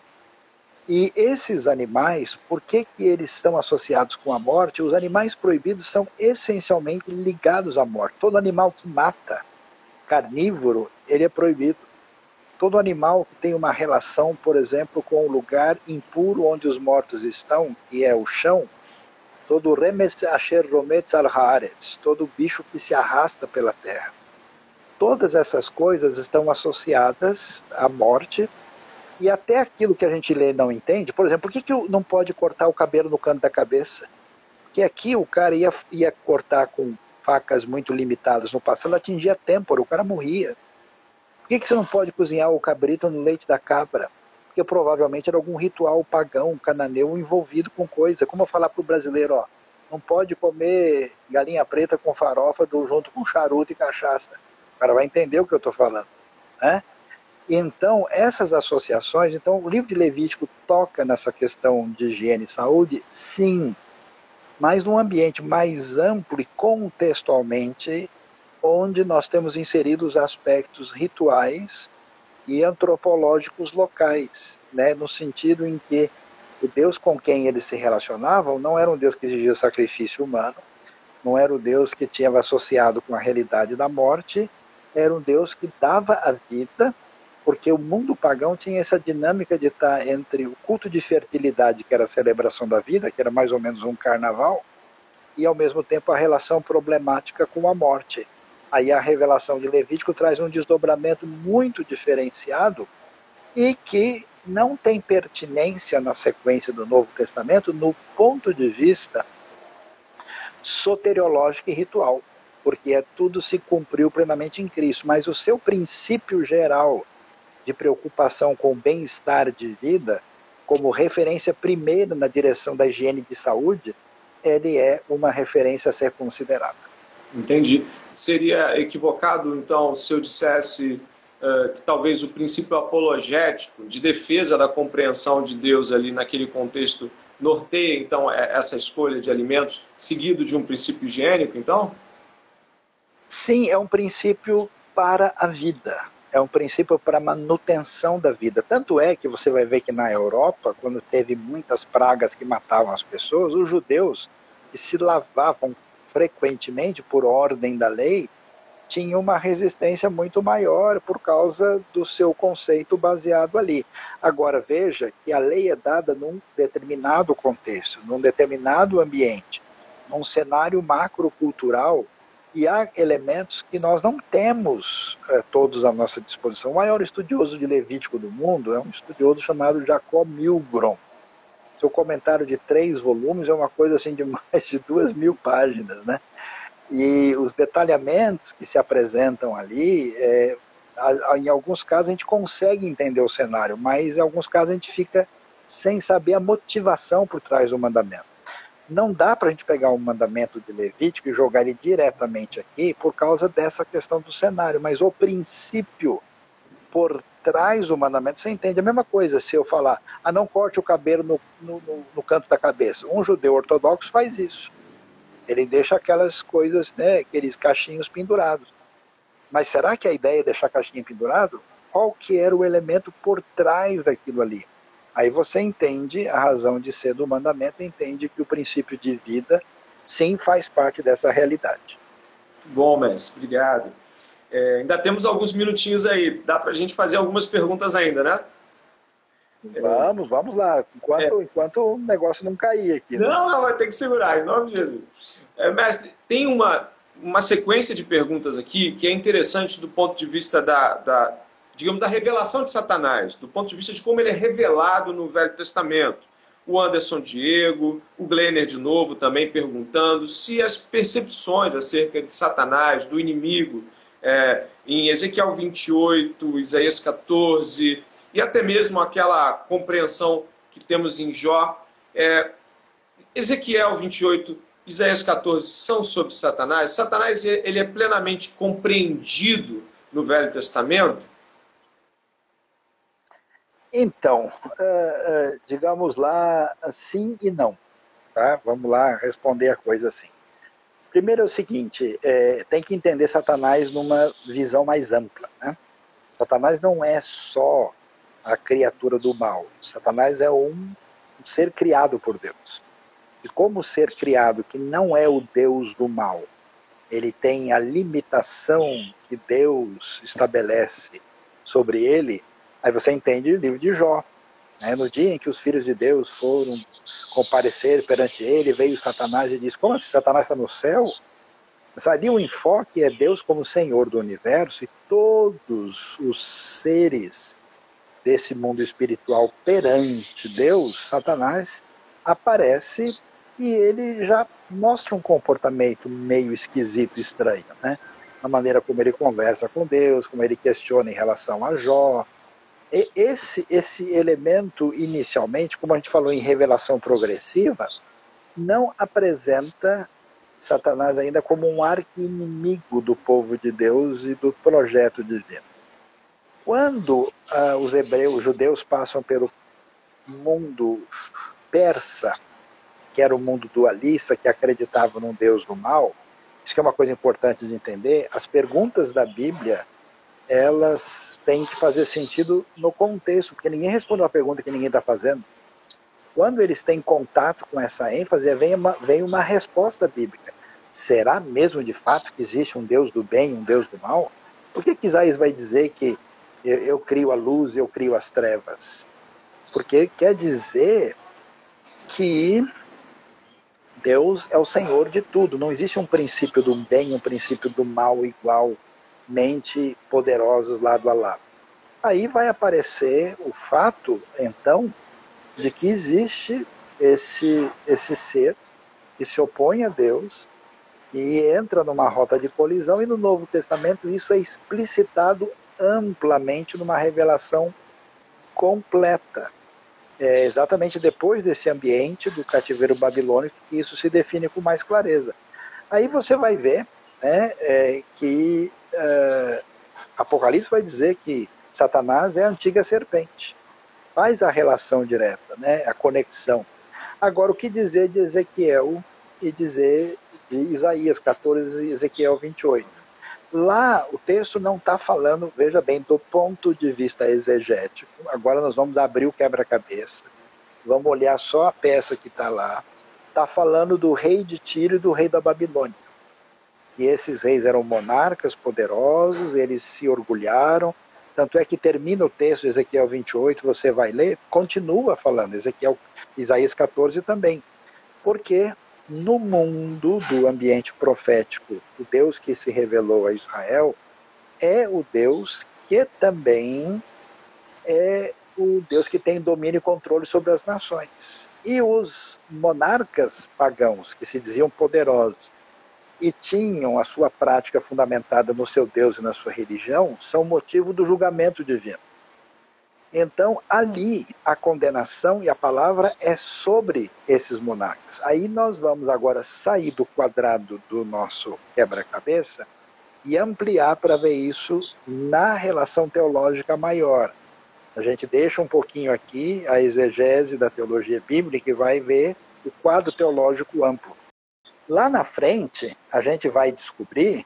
E esses animais, por que eles estão associados com a morte? Os animais proibidos são essencialmente ligados à morte. Todo animal que mata, carnívoro, ele é proibido. Todo animal que tem uma relação, por exemplo, com o lugar impuro onde os mortos estão, que é o chão, todo remes asher rometz al haaretz, todo bicho que se arrasta pela terra. Todas essas coisas estão associadas à morte, e até aquilo que a gente lê e não entende. Por exemplo, por que não pode cortar o cabelo no canto da cabeça? Porque aqui o cara ia cortar com facas muito limitadas no passado, atingia a têmpora, o cara morria. Por que você não pode cozinhar o cabrito no leite da cabra? Porque provavelmente era algum ritual pagão, cananeu, envolvido com coisa. Como eu falar para o brasileiro, ó, não pode comer galinha preta com farofa junto com charuto e cachaça. O cara vai entender o que eu estou falando, né? Então, essas associações, então o livro de Levítico toca nessa questão de higiene e saúde, sim, mas num ambiente mais amplo e contextualmente, onde nós temos inserido os aspectos rituais e antropológicos locais, né, no sentido em que o Deus com quem eles se relacionavam não era um Deus que exigia sacrifício humano, não era o Deus que tinha associado com a realidade da morte, era um Deus que dava a vida, porque o mundo pagão tinha essa dinâmica de estar entre o culto de fertilidade, que era a celebração da vida, que era mais ou menos um carnaval, e ao mesmo tempo a relação problemática com a morte. Aí a revelação de Levítico traz um desdobramento muito diferenciado e que não tem pertinência na sequência do Novo Testamento no ponto de vista soteriológico e ritual, porque tudo se cumpriu plenamente em Cristo, mas o seu princípio geral de preocupação com o bem-estar de vida, como referência primeira na direção da higiene de saúde, ele é uma referência a ser considerada. Entendi. Seria equivocado, então, se eu dissesse que talvez o princípio apologético de defesa da compreensão de Deus ali naquele contexto norteia, então, essa escolha de alimentos seguido de um princípio higiênico, então? Sim, é um princípio para a vida. É um princípio para a manutenção da vida. Tanto é que você vai ver que na Europa, quando teve muitas pragas que matavam as pessoas, os judeus que se lavavam frequentemente por ordem da lei, tinham uma resistência muito maior por causa do seu conceito baseado ali. Agora veja que a lei é dada num determinado contexto, num determinado ambiente, num cenário macrocultural, e há elementos que nós não temos todos à nossa disposição. O maior estudioso de Levítico do mundo é um estudioso chamado Jacob Milgrom. Seu comentário de 3 volumes é uma coisa assim de mais de 2.000 páginas, né? E os detalhamentos que se apresentam ali, em alguns casos a gente consegue entender o cenário, mas em alguns casos a gente fica sem saber a motivação por trás do mandamento. Não dá para a gente pegar um mandamento de Levítico e jogar ele diretamente aqui por causa dessa questão do cenário, mas o princípio por trás do mandamento, você entende a mesma coisa se eu falar, não corte o cabelo no canto da cabeça. Um judeu ortodoxo faz isso. Ele deixa aquelas coisas, né, aqueles cachinhos pendurados. Mas será que a ideia é deixar cachinho pendurado? Qual que era o elemento por trás daquilo ali? Aí você entende a razão de ser do mandamento, entende que o princípio de vida, sim, faz parte dessa realidade. Bom, mestre, obrigado. Ainda temos alguns minutinhos aí, dá para a gente fazer algumas perguntas ainda, né? Vamos lá, enquanto o negócio não cair aqui. Né? Não, vai ter que segurar, em nome de Jesus. Mestre, tem uma sequência de perguntas aqui que é interessante do ponto de vista digamos, da revelação de Satanás, do ponto de vista de como ele é revelado no Velho Testamento. O Anderson Diego, o Glenner de novo também perguntando se as percepções acerca de Satanás, do inimigo, em Ezequiel 28, Isaías 14, e até mesmo aquela compreensão que temos em Jó, Ezequiel 28, Isaías 14 são sobre Satanás. Satanás ele é plenamente compreendido no Velho Testamento? Então, digamos lá, sim e não. Tá? Vamos lá responder a coisa assim. Primeiro é o seguinte, tem que entender Satanás numa visão mais ampla. Né? Satanás não é só a criatura do mal. Satanás é um ser criado por Deus. E como ser criado que não é o Deus do mal, ele tem a limitação que Deus estabelece sobre ele, aí você entende o livro de Jó. Né? No dia em que os filhos de Deus foram comparecer perante ele, veio Satanás e disse, como assim Satanás está no céu? Mas ali o enfoque é Deus como Senhor do universo e todos os seres desse mundo espiritual perante Deus, Satanás aparece e ele já mostra um comportamento meio esquisito, estranho, né? A maneira como ele conversa com Deus, como ele questiona em relação a Jó. E esse elemento, inicialmente, como a gente falou em revelação progressiva, não apresenta Satanás ainda como um arqui-inimigo do povo de Deus e do projeto divino. Quando os judeus passam pelo mundo persa, que era o mundo dualista, que acreditava num Deus do mal, isso que é uma coisa importante de entender, as perguntas da Bíblia, elas têm que fazer sentido no contexto, porque ninguém responde uma pergunta que ninguém está fazendo. Quando eles têm contato com essa ênfase, vem uma resposta bíblica. Será mesmo de fato que existe um Deus do bem e um Deus do mal? Por que Isaías vai dizer que eu crio a luz e eu crio as trevas? Porque quer dizer que Deus é o Senhor de tudo. Não existe um princípio do bem e um princípio do mal igualmente poderosos lado a lado. Aí vai aparecer o fato, então, de que existe esse ser que se opõe a Deus e entra numa rota de colisão, e no Novo Testamento isso é explicitado amplamente numa revelação completa. Exatamente depois desse ambiente do cativeiro babilônico que isso se define com mais clareza. Aí você vai ver, né, que Apocalipse vai dizer que Satanás é a antiga serpente. Faz a relação direta, né, a conexão. Agora, o que dizer de Ezequiel e dizer de Isaías 14 e Ezequiel 28? Lá o texto não está falando, veja bem, do ponto de vista exegético. Agora nós vamos abrir o quebra-cabeça. Vamos olhar só a peça que está lá. Está falando do rei de Tiro e do rei da Babilônia. E esses reis eram monarcas poderosos, eles se orgulharam. Tanto é que termina o texto, Ezequiel 28, você vai ler, continua falando, Isaías 14 também. Porque no mundo do ambiente profético, o Deus que se revelou a Israel é o Deus que também é o Deus que tem domínio e controle sobre as nações. E os monarcas pagãos, que se diziam poderosos, e tinham a sua prática fundamentada no seu Deus e na sua religião, são motivo do julgamento divino. Então, ali, a condenação e a palavra é sobre esses monarcas. Aí nós vamos agora sair do quadrado do nosso quebra-cabeça e ampliar para ver isso na relação teológica maior. A gente deixa um pouquinho aqui a exegese da teologia bíblica e vai ver o quadro teológico amplo. Lá na frente, a gente vai descobrir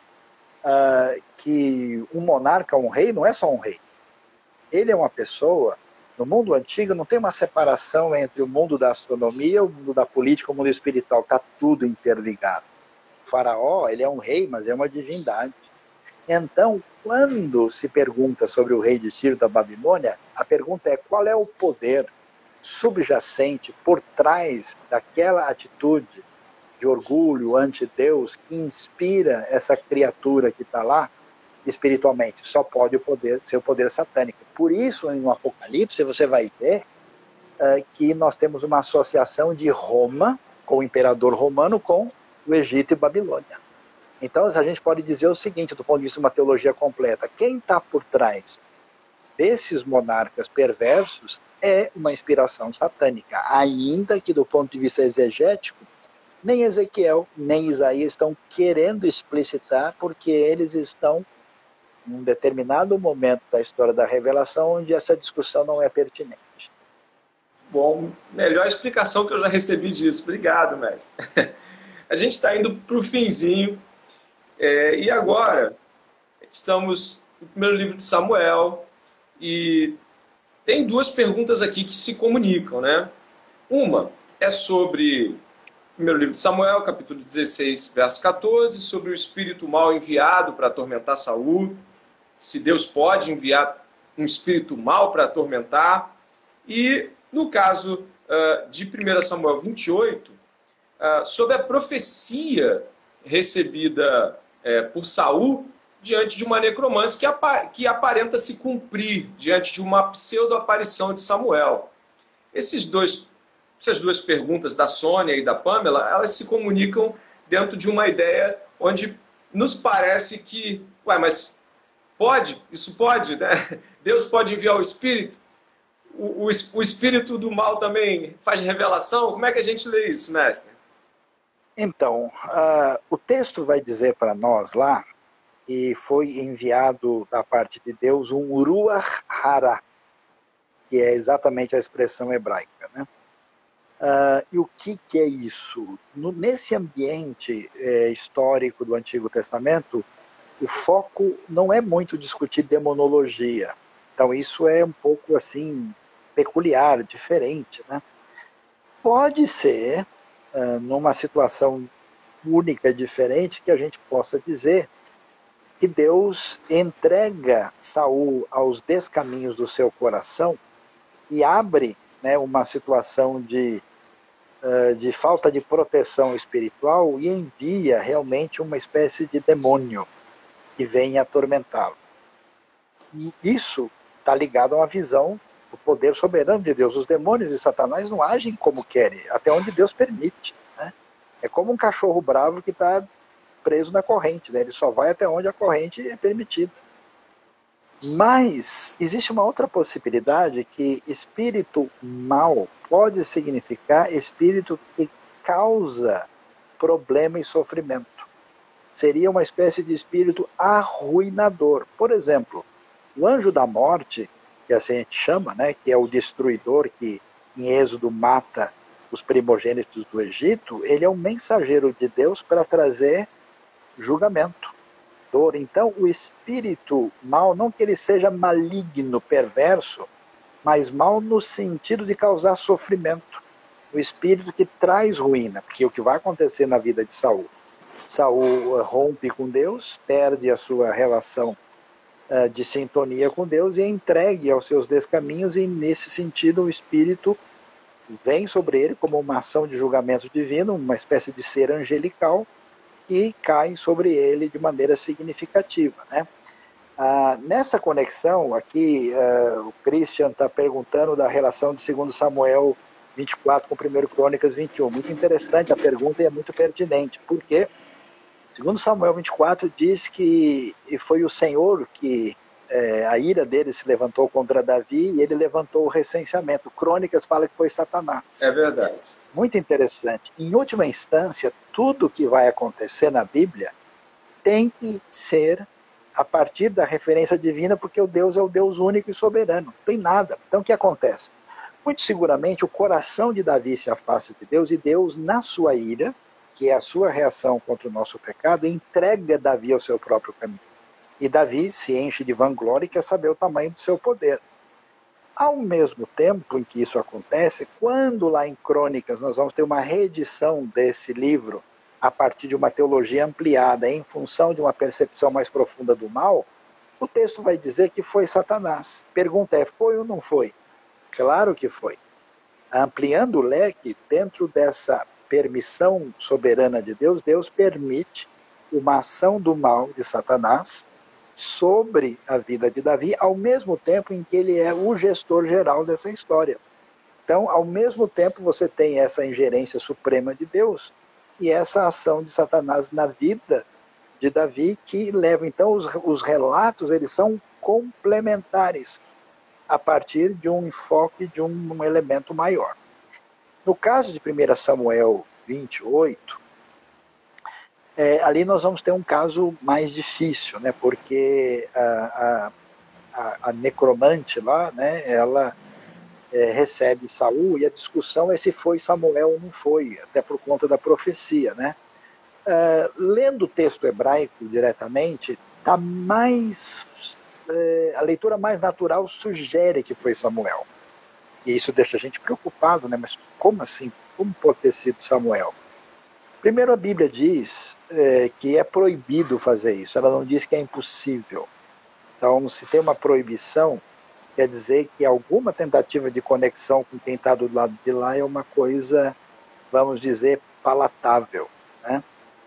que um monarca, um rei, não é só um rei. Ele é uma pessoa. No mundo antigo não tem uma separação entre o mundo da astronomia, o mundo da política, o mundo espiritual. Está tudo interligado. O faraó, ele é um rei, mas é uma divindade. Então, quando se pergunta sobre o rei de Tiro da Babilônia, a pergunta é: qual é o poder subjacente por trás daquela atitude de orgulho ante Deus que inspira essa criatura que está lá espiritualmente? Só pode ser o poder satânico. Por isso, no Apocalipse, você vai ver que nós temos uma associação de Roma, com o imperador romano, com o Egito e Babilônia. Então, a gente pode dizer o seguinte, do ponto de vista de uma teologia completa: quem está por trás desses monarcas perversos é uma inspiração satânica, ainda que do ponto de vista exegético, nem Ezequiel, nem Isaías estão querendo explicitar, porque eles estão em um determinado momento da história da revelação onde essa discussão não é pertinente. Bom, melhor explicação que eu já recebi disso. Obrigado, mestre. A gente está indo para o finzinho. E agora, estamos no primeiro livro de Samuel e tem duas perguntas aqui que se comunicam, né? Uma é sobre o primeiro livro de Samuel, capítulo 16, verso 14, sobre o espírito mal enviado para atormentar Saul, se Deus pode enviar um espírito mal para atormentar. E no caso de 1 Samuel 28, sobre a profecia recebida por Saul diante de uma necromância que aparenta se cumprir diante de uma pseudo-aparição de Samuel. Essas duas perguntas da Sônia e da Pamela, elas se comunicam dentro de uma ideia onde nos parece que, mas pode? Isso pode, né? Deus pode enviar o Espírito? O Espírito do mal também faz revelação? Como é que a gente lê isso, mestre? Então, o texto vai dizer para nós lá que foi enviado da parte de Deus um Ruach Hara, que é exatamente a expressão hebraica, né? E o que é isso? Nesse ambiente histórico do Antigo Testamento, o foco não é muito discutir demonologia. Então isso é um pouco assim peculiar, diferente, né? Pode ser, numa situação única, diferente, que a gente possa dizer que Deus entrega Saul aos descaminhos do seu coração e abre, né, uma situação de falta de proteção espiritual e envia realmente uma espécie de demônio que vem atormentá-lo. E isso está ligado a uma visão do poder soberano de Deus. Os demônios e Satanás não agem como querem, até onde Deus permite, né? É como um cachorro bravo que está preso na corrente, né? Ele só vai até onde a corrente é permitida. Mas existe uma outra possibilidade, que espírito mau pode significar espírito que causa problema e sofrimento. Seria uma espécie de espírito arruinador. Por exemplo, o anjo da morte, que assim a gente chama, né, que é o destruidor que em Êxodo mata os primogênitos do Egito, ele é um mensageiro de Deus para trazer julgamento, dor. Então, o espírito mal, não que ele seja maligno, perverso, mas mal no sentido de causar sofrimento. O espírito que traz ruína, porque o que vai acontecer na vida de Saul? Saul rompe com Deus, perde a sua relação de sintonia com Deus e é entregue aos seus descaminhos, e nesse sentido o espírito vem sobre ele como uma ação de julgamento divino, uma espécie de ser angelical, e cai sobre ele de maneira significativa, né? Nessa conexão aqui, o Christian está perguntando da relação de 2 Samuel 24 com 1 Crônicas 21. Muito interessante a pergunta e é muito pertinente, porque 2 Samuel 24 diz que foi o Senhor que a ira dele se levantou contra Davi e ele levantou o recenseamento. Crônicas fala que foi Satanás. É verdade. Muito interessante. Em última instância, tudo que vai acontecer na Bíblia tem que ser a partir da referência divina, porque o Deus é o Deus único e soberano, não tem nada. Então o que acontece? Muito seguramente o coração de Davi se afasta de Deus e Deus, na sua ira, que é a sua reação contra o nosso pecado, entrega Davi ao seu próprio caminho. E Davi se enche de vanglória e quer saber o tamanho do seu poder. Ao mesmo tempo em que isso acontece, quando lá em Crônicas nós vamos ter uma reedição desse livro a partir de uma teologia ampliada em função de uma percepção mais profunda do mal, o texto vai dizer que foi Satanás. Pergunta é, foi ou não foi? Claro que foi. Ampliando o leque, dentro dessa permissão soberana de Deus, Deus permite uma ação do mal de Satanás sobre a vida de Davi, ao mesmo tempo em que ele é o gestor geral dessa história. Então, ao mesmo tempo, você tem essa ingerência suprema de Deus e essa ação de Satanás na vida de Davi, que leva, então, os relatos, eles são complementares a partir de um enfoque de um elemento maior. No caso de 1 Samuel 28, ali nós vamos ter um caso mais difícil, né? Porque a necromante lá, né, ela recebe Saul, e a discussão é se foi Samuel ou não foi, até por conta da profecia, né? Lendo o texto hebraico diretamente, tá mais a leitura mais natural sugere que foi Samuel. E isso deixa a gente preocupado, né? Mas como assim? Como pode ter sido Samuel? Primeiro, a Bíblia diz que é proibido fazer isso, ela não diz que é impossível. Então, se tem uma proibição, quer dizer que alguma tentativa de conexão com quem está do lado de lá é uma coisa, vamos dizer, palatável, né?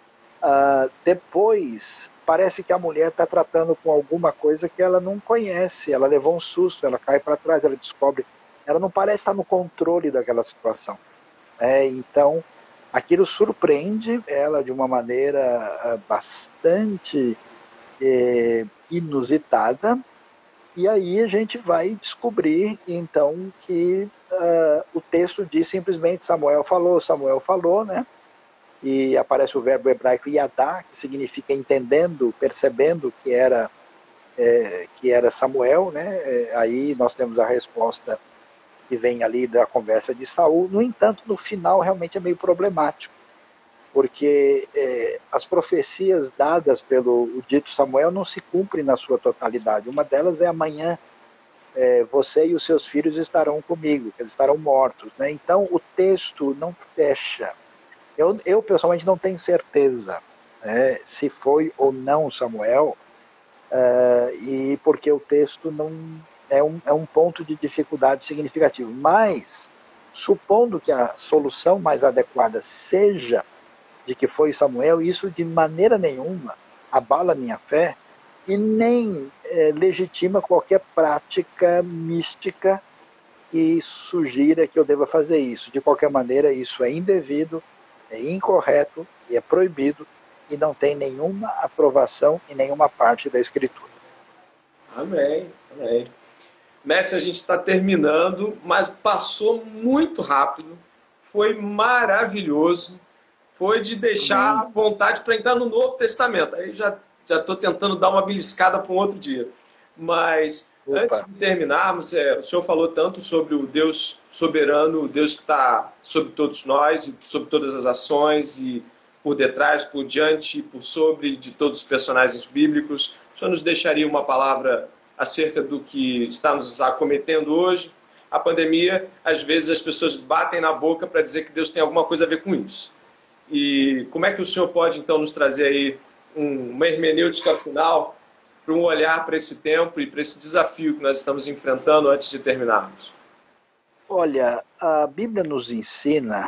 Depois, parece que a mulher está tratando com alguma coisa que ela não conhece, ela levou um susto, ela cai para trás, ela descobre, ela não parece estar no controle daquela situação. Então, aquilo surpreende ela de uma maneira bastante inusitada, e aí a gente vai descobrir, então, que o texto diz simplesmente Samuel falou, né? E aparece o verbo hebraico yadá, que significa entendendo, percebendo que era Samuel, né? Aí nós temos a resposta que vem ali da conversa de Saul. No entanto, no final realmente é meio problemático, porque as profecias dadas pelo dito Samuel não se cumprem na sua totalidade. Uma delas é amanhã você e os seus filhos estarão comigo, que eles estarão mortos, né? Então o texto não fecha. Eu pessoalmente não tenho certeza se foi ou não Samuel, e porque o texto não é um ponto de dificuldade significativo. Mas, supondo que a solução mais adequada seja de que foi Samuel, isso de maneira nenhuma abala minha fé e nem legitima qualquer prática mística que sugira que eu deva fazer isso. De qualquer maneira, isso é indevido, é incorreto e é proibido e não tem nenhuma aprovação em nenhuma parte da Escritura. Amém, amém. Mestre, a gente está terminando, mas passou muito rápido, foi maravilhoso, foi de deixar vontade para entrar no Novo Testamento. Aí já estou tentando dar uma beliscada para um outro dia. Mas, antes de terminarmos, o senhor falou tanto sobre o Deus soberano, o Deus que está sobre todos nós, e sobre todas as ações, e por detrás, por diante, por sobre de todos os personagens bíblicos. O senhor nos deixaria uma palavra acerca do que estamos acometendo hoje? A pandemia, às vezes as pessoas batem na boca para dizer que Deus tem alguma coisa a ver com isso. E como é que o senhor pode, então, nos trazer aí uma hermenêutica final, para um olhar para esse tempo e para esse desafio que nós estamos enfrentando antes de terminarmos? Olha, a Bíblia nos ensina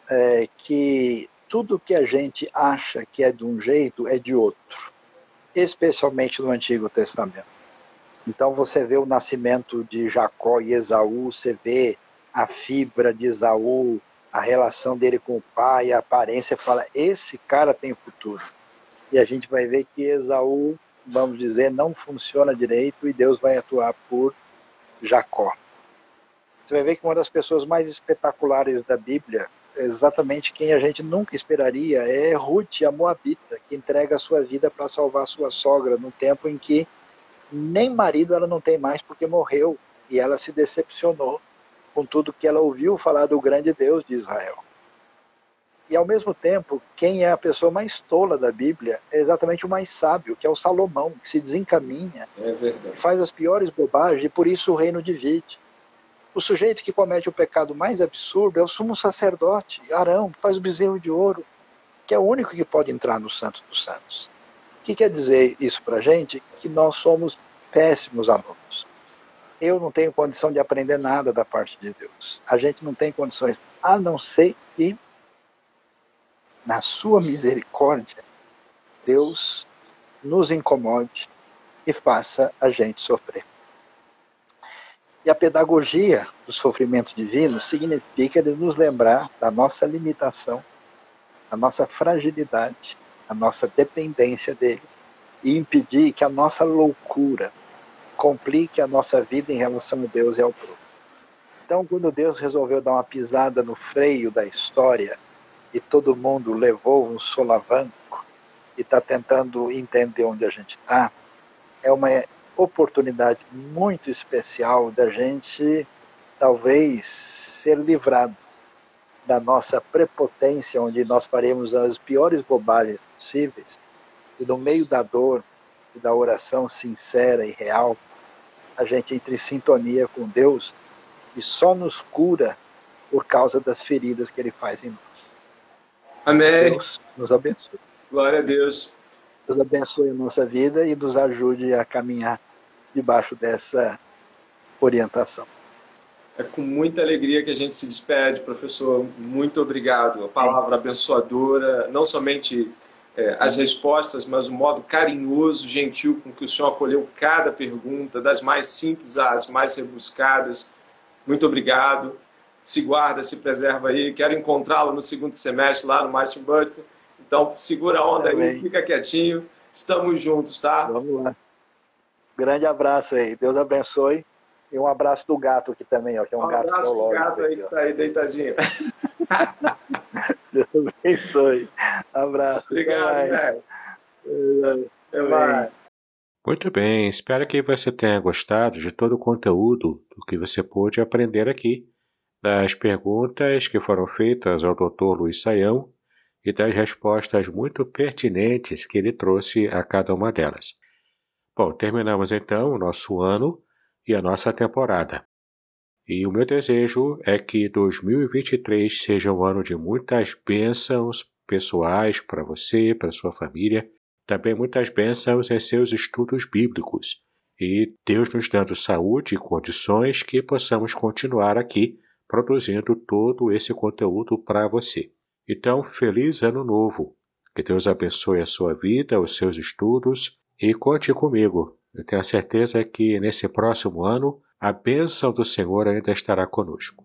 que tudo que a gente acha que é de um jeito é de outro, especialmente no Antigo Testamento. Então você vê o nascimento de Jacó e Esaú, você vê a fibra de Esaú, a relação dele com o pai, a aparência, fala, esse cara tem futuro. E a gente vai ver que Esaú, vamos dizer, não funciona direito e Deus vai atuar por Jacó. Você vai ver que uma das pessoas mais espetaculares da Bíblia exatamente quem a gente nunca esperaria, é Ruth, a Moabita, que entrega a sua vida para salvar a sua sogra, num tempo em que nem marido ela não tem mais porque morreu, e ela se decepcionou com tudo que ela ouviu falar do grande Deus de Israel. E ao mesmo tempo, quem é a pessoa mais tola da Bíblia é exatamente o mais sábio, que é o Salomão, que se desencaminha, faz as piores bobagens, e por isso o reino divide. O sujeito que comete o pecado mais absurdo é o sumo sacerdote, Arão, que faz o bezerro de ouro, que é o único que pode entrar no Santo dos Santos. O que quer dizer isso para a gente? Que nós somos péssimos alunos. Eu não tenho condição de aprender nada da parte de Deus. A gente não tem condições, a não ser que, na sua misericórdia, Deus nos incomode e faça a gente sofrer. E a pedagogia do sofrimento divino significa ele nos lembrar da nossa limitação, da nossa fragilidade, da nossa dependência dele, e impedir que a nossa loucura complique a nossa vida em relação a Deus e ao próximo. Então, quando Deus resolveu dar uma pisada no freio da história e todo mundo levou um solavanco e está tentando entender onde a gente está, é uma oportunidade muito especial da gente talvez ser livrado da nossa prepotência, onde nós faremos as piores bobagens possíveis, e no meio da dor e da oração sincera e real, a gente entra em sintonia com Deus e só nos cura por causa das feridas que Ele faz em nós. Amém. Deus nos abençoe. Glória a Deus. Deus abençoe a nossa vida e nos ajude a caminhar debaixo dessa orientação. É com muita alegria que a gente se despede, professor. Muito obrigado. A palavra abençoadora, não somente as respostas, mas o modo carinhoso, gentil com que o senhor acolheu cada pergunta, das mais simples às mais rebuscadas. Muito obrigado. Se guarda, se preserva aí. Quero encontrá-lo no segundo semestre lá no Martin Butts. Então, segura a onda aí, fica quietinho. Estamos juntos, tá? Vamos lá. Grande abraço aí. Deus abençoe. E um abraço do gato aqui também, ó, que é um gato abraço teológico. Um abraço do gato aí que está aí deitadinho. Deus abençoe. Abraço. Obrigado, velho. Até mais. Muito bem, espero que você tenha gostado de todo o conteúdo do que você pôde aprender aqui, das perguntas que foram feitas ao Dr. Luiz Saião e das respostas muito pertinentes que ele trouxe a cada uma delas. Bom, terminamos então o nosso ano e a nossa temporada. E o meu desejo é que 2023 seja um ano de muitas bênçãos pessoais para você, para sua família, também muitas bênçãos em seus estudos bíblicos. E Deus nos dando saúde e condições que possamos continuar aqui produzindo todo esse conteúdo para você. Então, feliz ano novo! Que Deus abençoe a sua vida, os seus estudos e conte comigo. Eu tenho a certeza que nesse próximo ano a bênção do Senhor ainda estará conosco.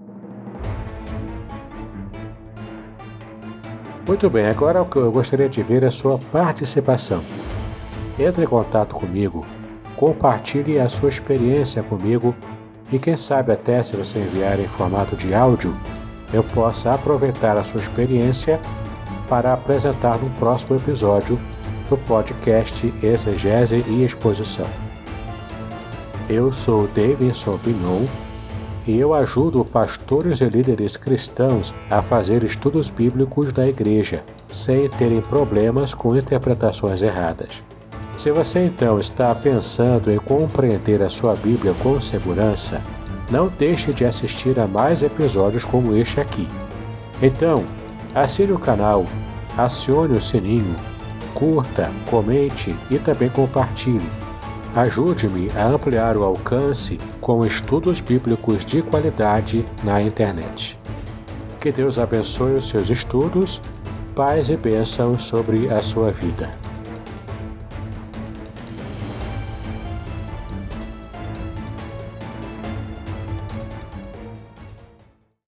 Muito bem, agora o que eu gostaria de ver é a sua participação. Entre em contato comigo, compartilhe a sua experiência comigo e quem sabe até se você enviar em formato de áudio, eu possa aproveitar a sua experiência para apresentar no próximo episódio do podcast Exegese e Exposição. Eu sou Davidson Pignon e eu ajudo pastores e líderes cristãos a fazer estudos bíblicos da igreja, sem terem problemas com interpretações erradas. Se você então está pensando em compreender a sua Bíblia com segurança, não deixe de assistir a mais episódios como este aqui. Então, assine o canal, acione o sininho, curta, comente e também compartilhe. Ajude-me a ampliar o alcance com estudos bíblicos de qualidade na internet. Que Deus abençoe os seus estudos, paz e bênçãos sobre a sua vida.